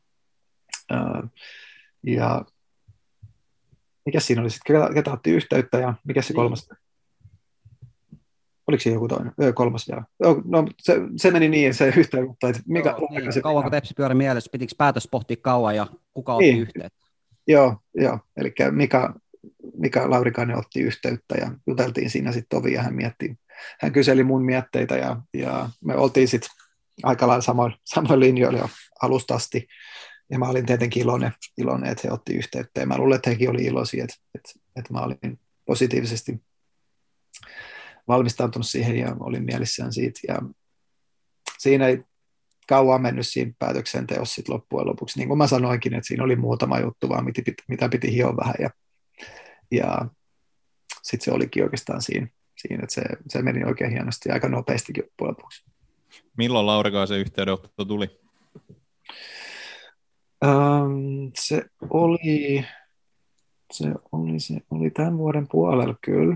Ja mikä siinä oli sitten, ketä otti yhteyttä ja mikä se kolmas? Oliko siinä joku toinen? Kolmas vielä. No, se meni niin, se yhteyttä. Niin, kauanko Tepsi pyöri mielessä? Pitikö päätös pohtia kauan ja kuka otti yhteyttä? Joo. Eli Mika Laurikainen otti yhteyttä ja juteltiin siinä sitten tovi ja hän kyseli mun mietteitä ja me oltiin sitten aika lailla samoin linjoilla jo alusta asti. Ja mä olin tietenkin iloinen, että he otti yhteyttä ja mä luulen, että hekin oli iloisia, että mä olin positiivisesti valmistautunut siihen ja olin mielissään siitä. Ja siinä ei kauan mennyt siinä päätöksenteossa sit loppujen lopuksi. Niin kuin mä sanoinkin, että siinä oli muutama juttu vaan, mitä piti hioa vähän. Ja sitten se olikin oikeastaan siinä että se meni oikein hienosti ja aika nopeastikin loppujen lopuksi. Milloin Laurikaisen yhteydenotto tuli? Se oli tämän vuoden puolella kyllä.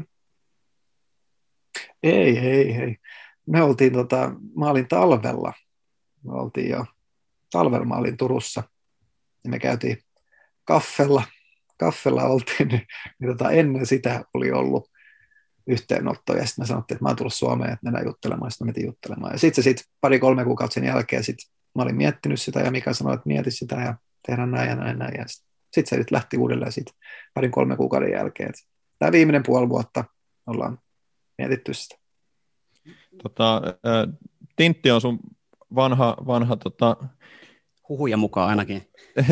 Ei. Me oltiin mä olin talvella. Talvella mä olin Turussa. Ja me käytiin kaffella oltiin, niin ennen sitä oli ollut yhteenotto, ja sitten mä sanottiin, että mä oon tullut Suomeen, että mennään juttelemaan, ja sitten mä metin juttelemaan. Ja sitten 2-3 kuukautta sen jälkeen mä olin miettinyt sitä, ja Mika sanoi, että mieti sitä, ja tehdään näin ja näin, ja sitten se nyt lähti uudelleen 2-3 kuukauden jälkeen. Tämä viimeinen puoli vuotta ollaan mietitty sitä. Tintti on sun vanha huhuja mukaan ainakin.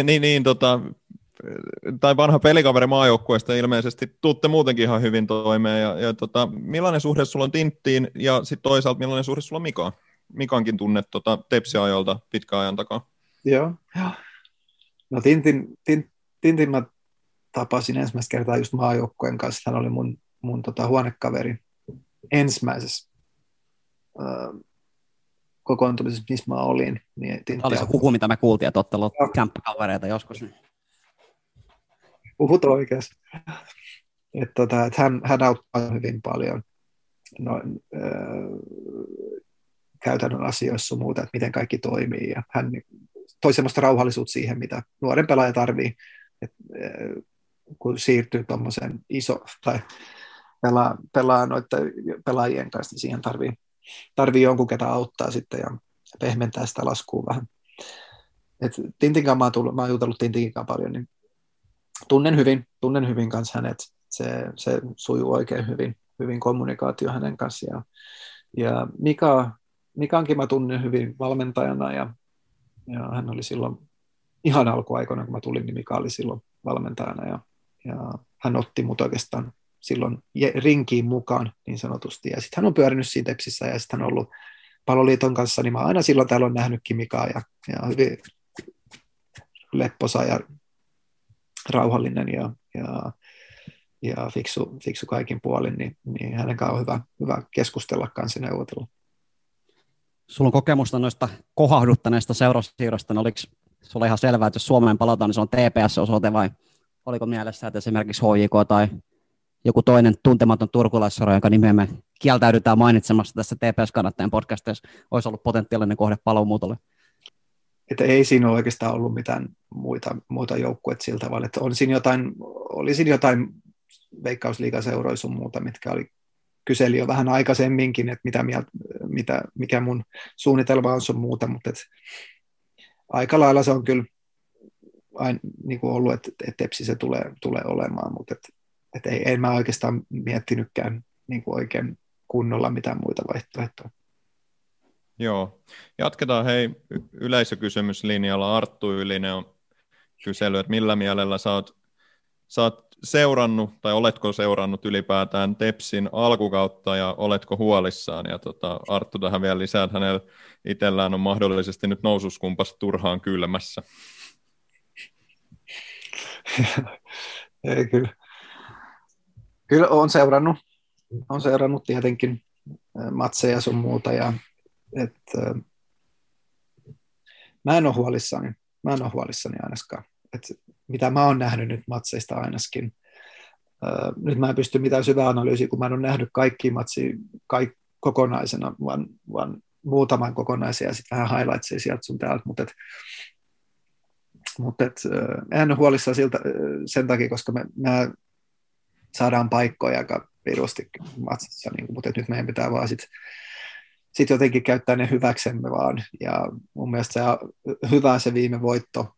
tai vanha pelikaveri maajoukkueesta, ilmeisesti tuutte muutenkin ihan hyvin toimeen. Ja millainen suhde sulla on Tinttiin ja sitten toisaalta millainen suhde sulla on Mikaan? Mikankin tunnet Tepsi-ajolta pitkän ajan takaa. Joo. No Tintin mä tapasin ensimmäistä kertaa just maajoukkueen kanssa. Hän oli mun huonekaveri ensimmäisessä kokoontumisessa, missä mä olin. Niin tämä oli se huhu, mitä me kuultiin, että olette ollut kämppäkavereita joskus. Puhut oikeassa. Että hän auttaa hyvin paljon käytännön asioissa muuta, että miten kaikki toimii. Ja hän toi semmoista rauhallisuutta siihen, mitä nuoren pelaaja tarvii, kun siirtyy tuommoiseen tai pelaa noiden pelaajien kanssa, niin siihen tarvii jonkun, ketä auttaa sitten ja pehmentää sitä laskua vähän. Tintin kanssa mä oon jutellut Tintin kanssa paljon, niin tunnen hyvin kanssa hänet. Se sujuu oikein hyvin kommunikaatio hänen kanssaan. Ja Mikankin mä tunnen hyvin valmentajana ja hän oli silloin ihan alkuaikoina, kun mä tulin, niin Mika oli silloin valmentajana ja hän otti mut oikeastaan silloin rinkiin mukaan niin sanotusti. Ja sitten hän on pyörinyt siinä Tepsissä ja sitten hän on ollut Paloliiton kanssa, niin mä aina silloin täällä on nähnytkin Mikaa ja hyvin lepposa ja rauhallinen ja fiksu kaikin puolin, niin hänen kanssaan on hyvä keskustella kanssa ja neuvotella. Sulla on kokemusta noista kohahduttaneista seurasiirroista, niin oliko sulla ihan selvää, että jos Suomeen palataan, niin se on TPS-osoite vai oliko mielessä, että esimerkiksi HJK tai joku toinen tuntematon turkulaissaro, jonka nimeä me kieltäydytään mainitsemasta tässä TPS-kannattajan podcastissa, olisi ollut potentiaalinen kohde paluumuutolle? Että ei siinä ole oikeastaan ollut mitään muita joukkueita sillä tavalla, että oli siinä jotain veikkausliigaseuroja sun muuta, mitkä kyseli jo vähän aikaisemminkin, että mikä mun suunnitelma on sun muuta, mutta aika lailla se on kyllä aina niin kuin ollut, että Tepsi se tulee olemaan, mutta en mä oikeastaan miettinytkään niin kuin oikein kunnolla mitään muita vaihtoehtoja. Joo. Jatketaan yleisökysymyslinjalla. Arttu Ylinen on kysellyt, että millä mielellä sä oot seurannut, tai oletko seurannut ylipäätään Tepsin alkukautta, ja oletko huolissaan? Ja Arttu tähän vielä lisää, että hänellä itsellään on mahdollisesti nyt noususkumpas turhaan kylmässä. Ei, kyllä olen seurannut tietenkin matseja sun muuta, ja mä en ole huolissani ainakaan. Mitä mä oon nähnyt nyt matseista ainakin. Nyt mä en pysty mitään syvää analyysiä, kun mä en ole nähnyt kaikkia matsia kokonaisena, vaan muutaman kokonaisia ja sitten vähän highlightsia sieltä sun täältä. Mutta en ole huolissaan sen takia, koska me saadaan paikkoja aika pirusti matsissa, niin, mutta nyt meidän pitää vaan sit jotenkin käyttää ne hyväksemme vaan. Ja mun mielestä se viime voitto,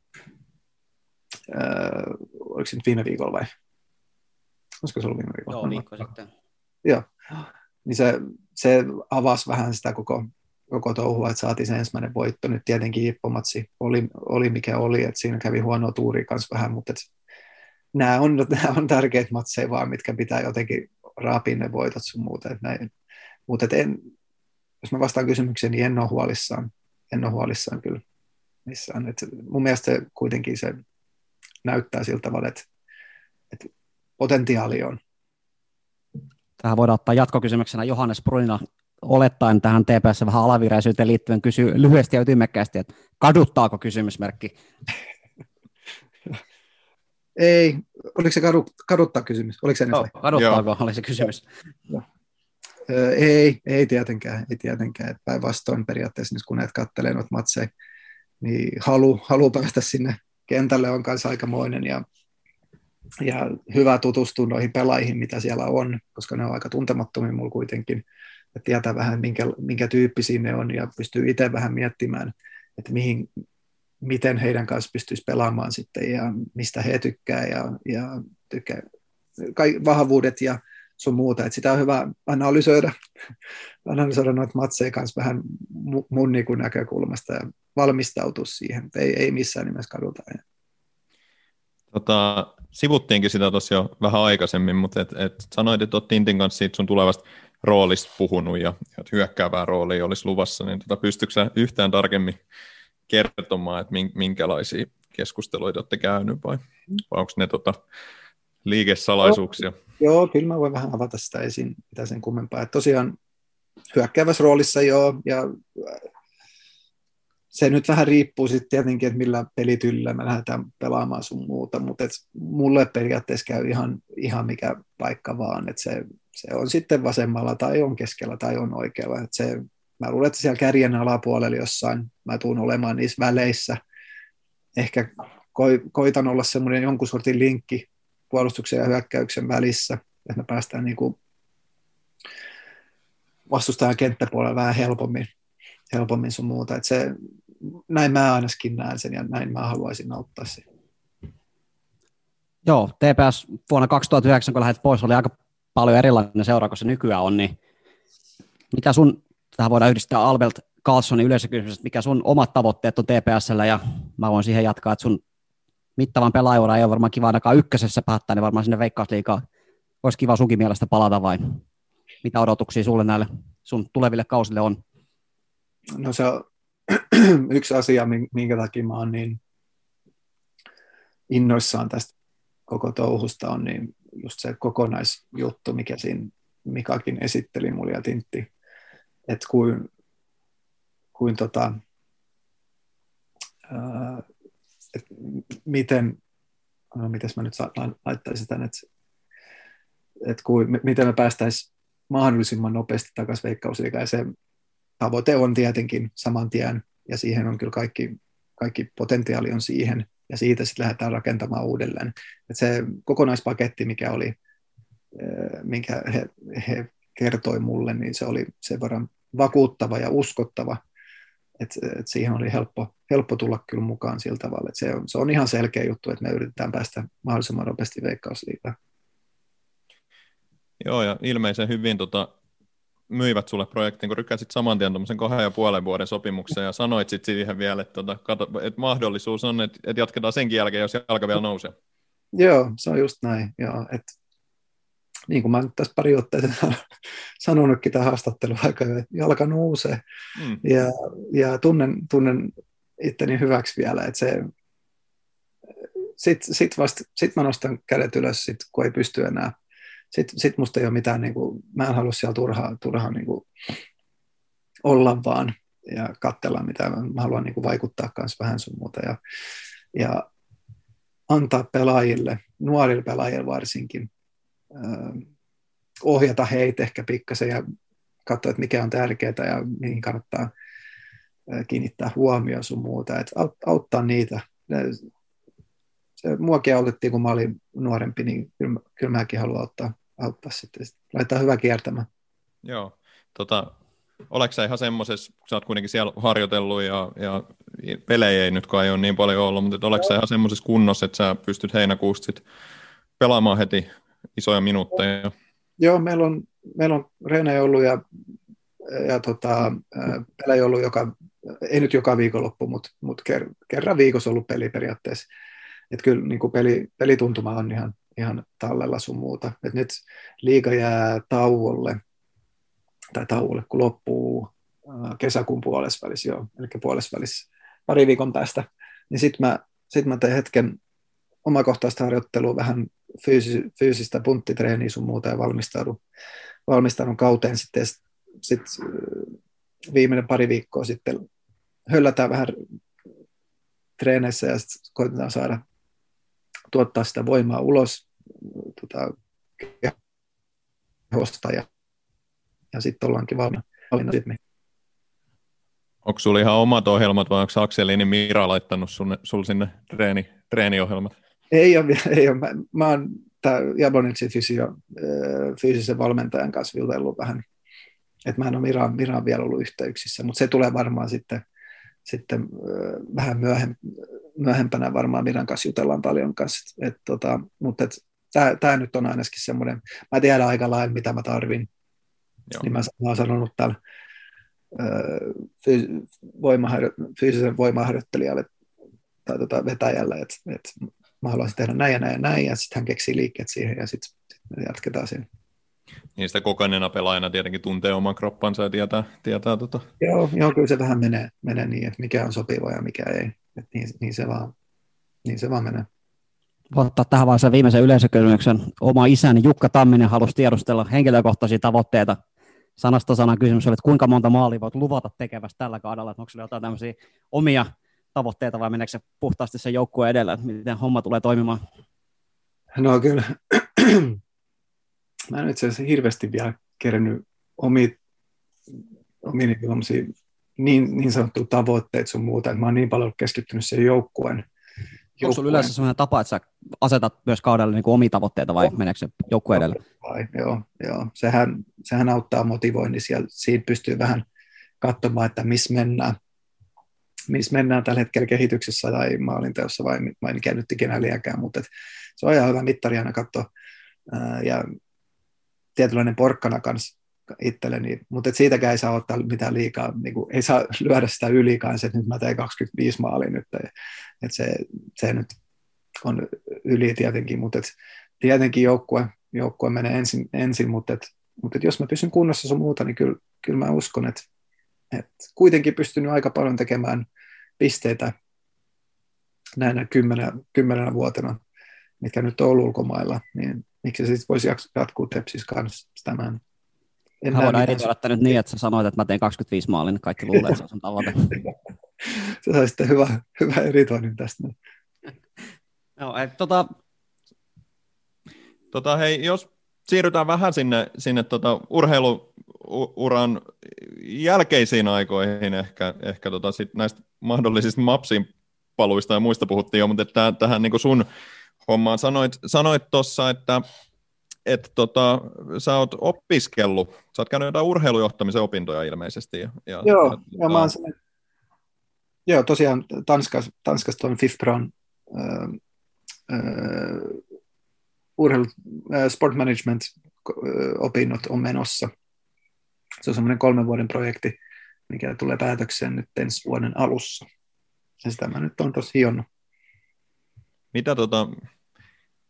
oliko se nyt viime viikolla vai? Olisiko se ollut viime viikolla? Joo, viikko sitten. Joo, niin se avasi vähän sitä koko touhua, että saatiin se ensimmäinen voitto. Nyt tietenkin hippomatsi oli mikä oli, että siinä kävi huonoa tuuria kanssa vähän, mutta nämä on tärkeitä matseja vaan, mitkä pitää jotenkin raapia ne voitot sun muuta. Mutta jos mä vastaan kysymykseen, niin en ole huolissaan kyllä missään. Mun mielestä kuitenkin se näyttää siltä tavalla, että potentiaali on. Tähän voidaan ottaa jatkokysymyksenä Johannes Brunina olettaen tähän TPS vähän alavireisyyteen liittyen kysyy lyhyesti ja ytimekkäästi, että kaduttaako kysymysmerkki? Ei, oliko se kaduttaa kysymys? Oliko se kaduttaako oli se kysymys? Ei tietenkään. Päinvastoin periaatteessa, kun näet kattelee noita matseja, niin halu päästä sinne kentälle on kanssa aikamoinen ja hyvä tutustua noihin pelaajiin, mitä siellä on, koska ne on aika tuntemattomia mulla kuitenkin, ja tietää vähän minkä tyyppisiä ne on ja pystyy itse vähän miettimään, että miten heidän kanssa pystyisi pelaamaan sitten ja mistä he tykkää ja tykkää vahvuudet ja sun muuta, että sitä on hyvä analysoida noita matseja kanssa vähän mun näkökulmasta ja valmistautua siihen, että ei missään nimessä kaduta. Sivuttiinkin sitä tuossa jo vähän aikaisemmin, mutta sanoit, että olet Tintin kanssa siitä sun tulevasta roolista puhunut ja että hyökkäävää roolia olisi luvassa, niin pystytkö sä yhtään tarkemmin kertomaan, että minkälaisia keskusteluita olette käynyt vai onko ne liikesalaisuuksia? Joo, kyllä mä voin vähän avata sitä esiin, mitä sen kummempaa. Että tosiaan hyökkäävässä roolissa joo, ja se nyt vähän riippuu sitten tietenkin, että millä pelityllä me lähdetään pelaamaan sun muuta, mutta mulle periaatteessa käy ihan mikä paikka vaan, että se on sitten vasemmalla tai on keskellä tai on oikealla. Että mä luulen, että siellä kärjen alapuolella jossain mä tuun olemaan niissä väleissä. Ehkä koitan olla semmoinen jonkun sortin linkki puolustuksen ja hyökkäyksen välissä, että me päästään niinku vastustajan kenttäpuolella vähän helpommin sun muuta. Että näin mä ainakin näen sen ja näin mä haluaisin auttaa sen. Joo, TPS vuonna 2009, kun lähdet pois, oli aika paljon erilainen seura kuin se nykyään on, niin mikä tähän voidaan yhdistää Albert Karlssonin yleisökysymys, että mikä sun omat tavoitteet on TPS:llä, ja mä voin siihen jatkaa, että sun mittavan pelaajuura ei ole varmaan kiva ainakaan ykkösessä päättää, niin varmaan sinne Veikkausliigaan olisi kiva sunkin mielestä palata, vai mitä odotuksia sulle näille sun tuleville kausille on? No se on yksi asia, minkä takia mä oon niin innoissaan tästä koko touhusta, on niin just se kokonaisjuttu, mikä siinä Mikakin esitteli mulle ja Tintti, että mitäs mä nyt laittaisin tämän, miten me päästäisiin mahdollisimman nopeasti takaisin Veikkausliigaan, ja se tavoite on tietenkin saman tien, ja siihen on kyllä kaikki potentiaali on siihen, ja siitä sitten lähdetään rakentamaan uudelleen. Et se kokonaispaketti, mikä oli, minkä he kertoi mulle, niin se oli sen verran vakuuttava ja uskottava, että siihen oli helppo tulla kyllä mukaan sillä tavalla. Et se on ihan selkeä juttu, että me yritetään päästä mahdollisimman nopeasti Veikkausliigaan. Joo, ja ilmeisen hyvin myivät sulle projektin, kun rykkäsit saman tien tuommoisen 2,5 vuoden sopimuksen ja sanoit sitten siihen vielä, että mahdollisuus on, että jatketaan senkin jälkeen, jos jalka vielä nousee. Joo, se on just näin. Joo, et, niin kuin mä nyt tässä pari otteeseen sanonutkin tämän haastattelun aikana, että jalka nousee ja tunnen itteni hyväksi vielä, että se sit mä nostan kädet ylös, kun ei pysty enää. Sit musta ei ole mitään, niin kuin, mä en halua siellä turhaa niin kuin, olla vaan ja katsella mitään. Mä haluan niin kuin, vaikuttaa myös vähän sun muuta ja antaa pelaajille, nuorille pelaajille varsinkin, ohjata heitä ehkä pikkasen ja katsoa, että mikä on tärkeää ja mihin kannattaa kiinnittää huomioon sun muuta. Että auttaa niitä. Muakin autettiin, kun mä olin nuorempi, niin kyllä mäkin haluan auttaa sitten. Laitetaan hyvä kiertämään. Joo. Oletko sä ihan semmoisessa, kun sä oot kuitenkin siellä harjoitellut ja pelejä ei nyt kai ole niin paljon ollut, mutta oletko sä ihan semmoisessa kunnossa, että sä pystyt heinäkuusta sit pelaamaan heti isoja minuutteja? Joo, meillä on reenejä ollut ja pelejä ollut ei nyt joka viikonloppu, mutta kerran viikossa ollut peli periaatteessa. Että kyllä niin kuin pelituntuma on ihan tallella sun muuta. Et nyt liiga jää tauolle, kun loppuu kesäkuun puolesvälissä, eli puolesvälissä pari viikon päästä, niin sit mä tein hetken omakohtaista harjoittelua, vähän fyysistä punttitreeniä sun muuta ja valmistaudun kauteen sitten. Sitten viimeinen pari viikkoa sitten höllätään vähän treeneissä ja sitten koitetaan tuottaa sitä voimaa ulos kehosta ja sitten ollaankin valmiina. Onko sulla ihan omat ohjelmat vai onko Akselin Mira laittanut sul sinne treeniohjelmat? Ei ole. Mä oon Jablonitsin fyysisen valmentajan kanssa jutellut vähän. Et mä en ole Miraan vielä ollut yhteyksissä, mutta se tulee varmaan sitten vähän myöhempänä varmaan Miran kanssa jutellaan paljon kanssa. Mutta tämä nyt on ainakin semmoinen, mä tiedän aika lailla mitä mä tarvin. Niin mä oon sanonut täällä fyysisen voimaharjoittelijalle tai vetäjälle, että mä haluaisin tehdä näin ja näin ja näin, ja sitten hän keksii liikkeet siihen, ja sitten me jatketaan siinä. Niin sitä kokeneena pelaajana tietenkin tuntee oman kroppansa ja tietää Joo, kyllä se vähän menee niin, että mikä on sopiva ja mikä ei. Että niin se vaan menee. Ottaa tähän vaiheessa viimeisen yleisökysymyksen. Oma isäni Jukka Tamminen halusi tiedustella henkilökohtaisia tavoitteita. Sanasta sanan kysymys oli, että kuinka monta maalia voit luvata tekevästä tällä kaudella? Onko sinulla jotain tämmöisiä omia tavoitteita vai meneekö se puhtaasti sen joukkueen edellä, että miten homma tulee toimimaan? No kyllä. Mä en itse asiassa hirveästi vielä kerennyt omiin niin sanottuja tavoitteita sun muuta, että mä oon niin paljon keskittynyt siihen joukkueen. Onko sinulla yleensä sellainen tapa, että sä asetat myös kaudelle niin kuin omia tavoitteita vai meneekö se joukkueen edellä? Joo. Sehän auttaa motivoinnissa ja siitä pystyy vähän katsomaan, että missä mennään tällä hetkellä kehityksessä tai maalinteossa vai mikä nyt ikinä liekään, mutta se on ihan hyvä mittari aina katsoa ja tietynlainen porkkana kanssa itselleni, mutta siitäkään ei saa ottaa mitään liikaa, niin kuin, ei saa lyödä sitä yli kanssa, että nyt mä teen 25 maalia nyt, että se nyt on yli tietenkin, mutta tietenkin joukkue menee ensin mutta jos mä pysyn kunnossa sun muuta, niin kyllä mä uskon, että kuitenkin pystynyt aika paljon tekemään pisteitä näinä 10 vuotena, mitkä nyt on ollut ulkomailla, niin miksi se sitten voisi jatkuu Tepsissä kanssa tämän. Mä voidaan editoida nyt niin, että sä sanoit, että mä teen 25 maalin, niin kaikki luulee, että se on sun tavoite. Se sai sitten hyvä editoinnin tästä. Joo, hei, jos siirrytään vähän sinne urheiluuran jälkeisiin aikoihin, ehkä sit näistä mahdollisista MAPSin paluista ja muista puhuttiin jo, mutta tähän niin kuin sun hommaan sanoit tuossa, että sä oot opiskellut, sä oot käynyt jotain urheilujohtamisen opintoja ilmeisesti. Joo, tosiaan Tanskassa tuon FIFPROn sport management opinnot on menossa. Se on semmoinen 3 vuoden projekti, mikä tulee päätökseen nyt ensi vuoden alussa. Ja sitä mä nyt on tosi hionnut.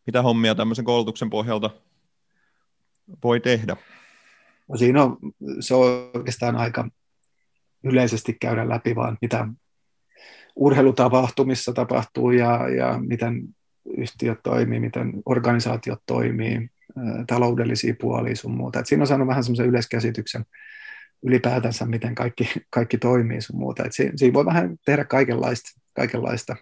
mitä hommia tämmöisen koulutuksen pohjalta voi tehdä? No se on oikeastaan aika yleisesti käydä läpi vaan, mitä urheilutapahtumissa tapahtuu ja miten yhtiöt toimii, miten organisaatiot toimii, taloudellisia puolia sun muuta. Et siinä on saanut vähän semmoisen yleiskäsityksen ylipäätänsä, miten kaikki toimii sun muuta. Et siinä voi vähän tehdä kaikenlaista.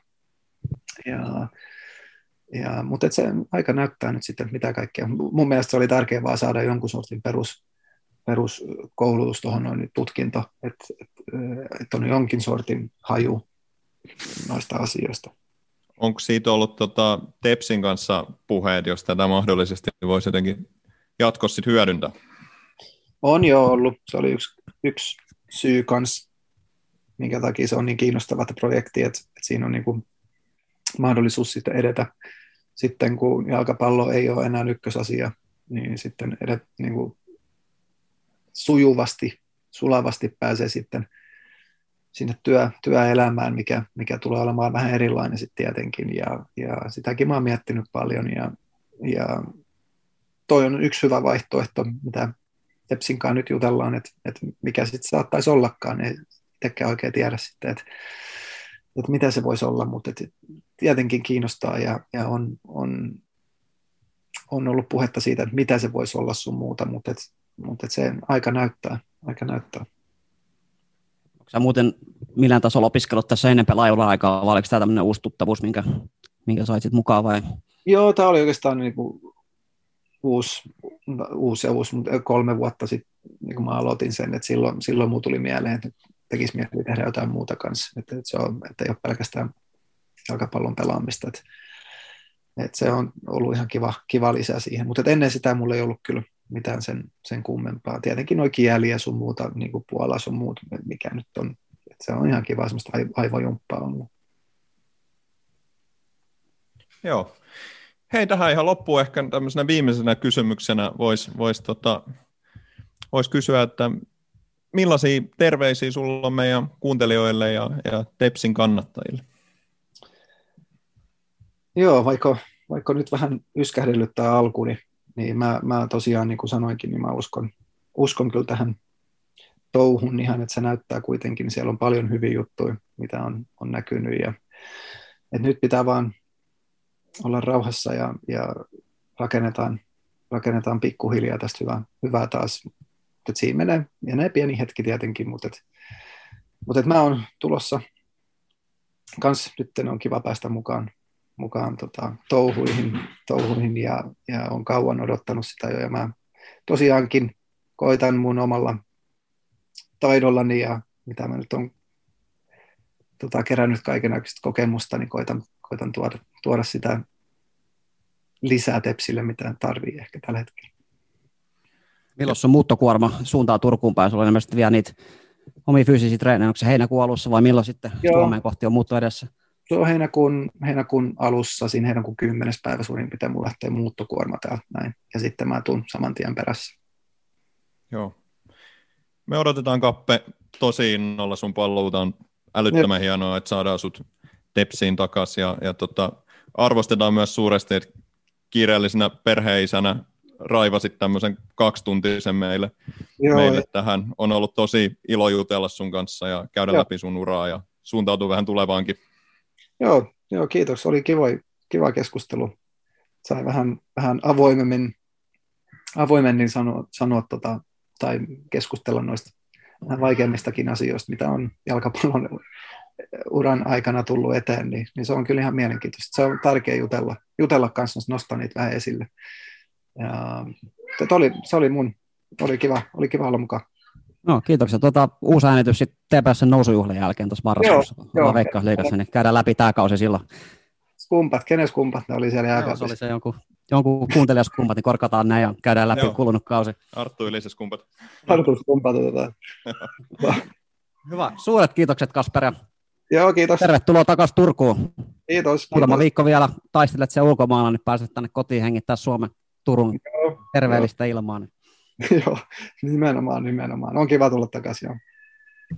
Mutta se aika näyttää nyt sitten, mitä kaikkea. Mun mielestä se oli tärkeää vaan saada jonkun sortin peruskoulutus tuohon noin tutkinto, että on jonkin sortin haju noista asioista. Onko siitä ollut Tepsin kanssa puheet, jos tätä mahdollisesti voisi jotenkin jatkossa hyödyntää? On jo ollut. Se oli yksi syy kanssa, minkä takia se on niin kiinnostava projekti, että siinä on niin kuin mahdollisuus sitten edetä. Sitten kun jalkapallo ei ole enää ykkösasia, niin sitten niin kuin sujuvasti, sulavasti pääsee sitten sinne työelämään, mikä tulee olemaan vähän erilainen sitten tietenkin, ja sitäkin mä oon miettinyt paljon, ja toi on yksi hyvä vaihtoehto, mitä Tepsinkaan nyt jutellaan, että mikä sitten saattaisi ollakaan, ei itsekään oikein tiedä sitten, että mitä se voisi olla, mutta tietenkin kiinnostaa, ja on ollut puhetta siitä, että mitä se voisi olla sun muuta, mutta se aika näyttää. Onko sä muuten millään tasolla opiskellut tässä enempää laajulla aikaa, vai oliko tämä tämmöinen uusi tuttavuus, minkä sait sit mukaan vai? Joo, tämä oli oikeastaan niinku uusi, mutta 3 vuotta sitten niin kun mä aloitin sen, että silloin muu tuli mieleen, että tekisi mieli tehdä jotain muuta kanssa, että ei ole pelkästään jalkapallon pelaamista, että se on ollut ihan kiva lisä siihen, mutta ennen sitä mulla ei ollut kyllä mitään sen kummempaa. Tietenkin nuo kieli ja sun muuta, niin kuin Puola sun muut, mikä nyt on, että se on ihan kiva semmoista aivojumppaa ollut. Joo. Hei, tähän ihan loppuun ehkä tämmöisenä viimeisenä kysymyksenä vois kysyä, että millaisia terveisiä sulla on meidän kuuntelijoille ja Tepsin kannattajille? Joo, vaikka nyt vähän yskähdellyttää alku, niin mä tosiaan, niin kuin sanoinkin, niin mä uskon kyllä tähän touhun ihan, että se näyttää kuitenkin, siellä on paljon hyviä juttuja, mitä on näkynyt, ja että nyt pitää vaan olla rauhassa ja rakennetaan pikkuhiljaa tästä hyvää taas. Et siinä menee pieni hetki tietenkin, mutta mä oon tulossa kans, nyt on kiva päästä mukaan touhuihin ja on kauan odottanut sitä jo, ja mä tosiaankin koitan mun omalla taidollani ja mitä mä nyt on kerännyt kaikenlaista kokemusta, niin koitan tuoda sitä lisää Tepsille, mitä tarvii ehkä tällä hetkellä. Milloin sun muuttokuorma suuntaa Turkuun päin? Sulla on ilmeisesti vielä niitä omia fyysisiä treenejä. Onko se heinäkuun alussa vai milloin sitten Suomeen kohti on muutto edessä? Se on heinäkuun alussa, siinä heinäkuun 10. päivä suurin piirtein mulla lähtee muuttokuorma täältä näin. Ja sitten mä tuun saman tien perässä. Joo. Me odotetaan, Kappe, tosi innolla sun paluuta. On älyttömän hienoa, että saadaan sut Tepsiin takaisin. Ja arvostetaan myös suuresti, että kiireellisenä perheisänä raivasit tämmöisen 2-tuntisen meille tähän. On ollut tosi ilo jutella sun kanssa ja käydä läpi sun uraa ja suuntautua vähän tulevaankin. Joo, kiitos. Oli kiva keskustelu. Sain vähän avoimemmin sanoa tai keskustella noista vähän vaikeammistakin asioista, mitä on jalkapallon uran aikana tullut eteen, niin se on kyllä ihan mielenkiintoista. Se on tärkeää jutella kanssa, nostaa niitä vähän esille. Ja, oli kiva olla mukaan. No, kiitoksia. Uusi äänitys sitten TPS:n nousujuhlan jälkeen tuossa marraskuussa. Ollaan Veikkausliigassa, niin käydään läpi tämä kausi silloin. Kenen skumpat ne oli siellä jääkaapissa? Se oli se jonkun kuuntelijaskumpat, niin korkataan näin ja käydään läpi kulunut kausi. Arttu Yliseskumpat. Otetaan. Hyvä. Suuret kiitokset, Kasper. Joo, kiitos. Tervetuloa takaisin Turkuun. Kiitos. Muutama viikko vielä taistelet siellä ulkomailla, niin pääset tänne kotiin hengittää Suomen Turun terveellistä ilmaa. Joo, nimenomaan. On kiva tulla takaisin.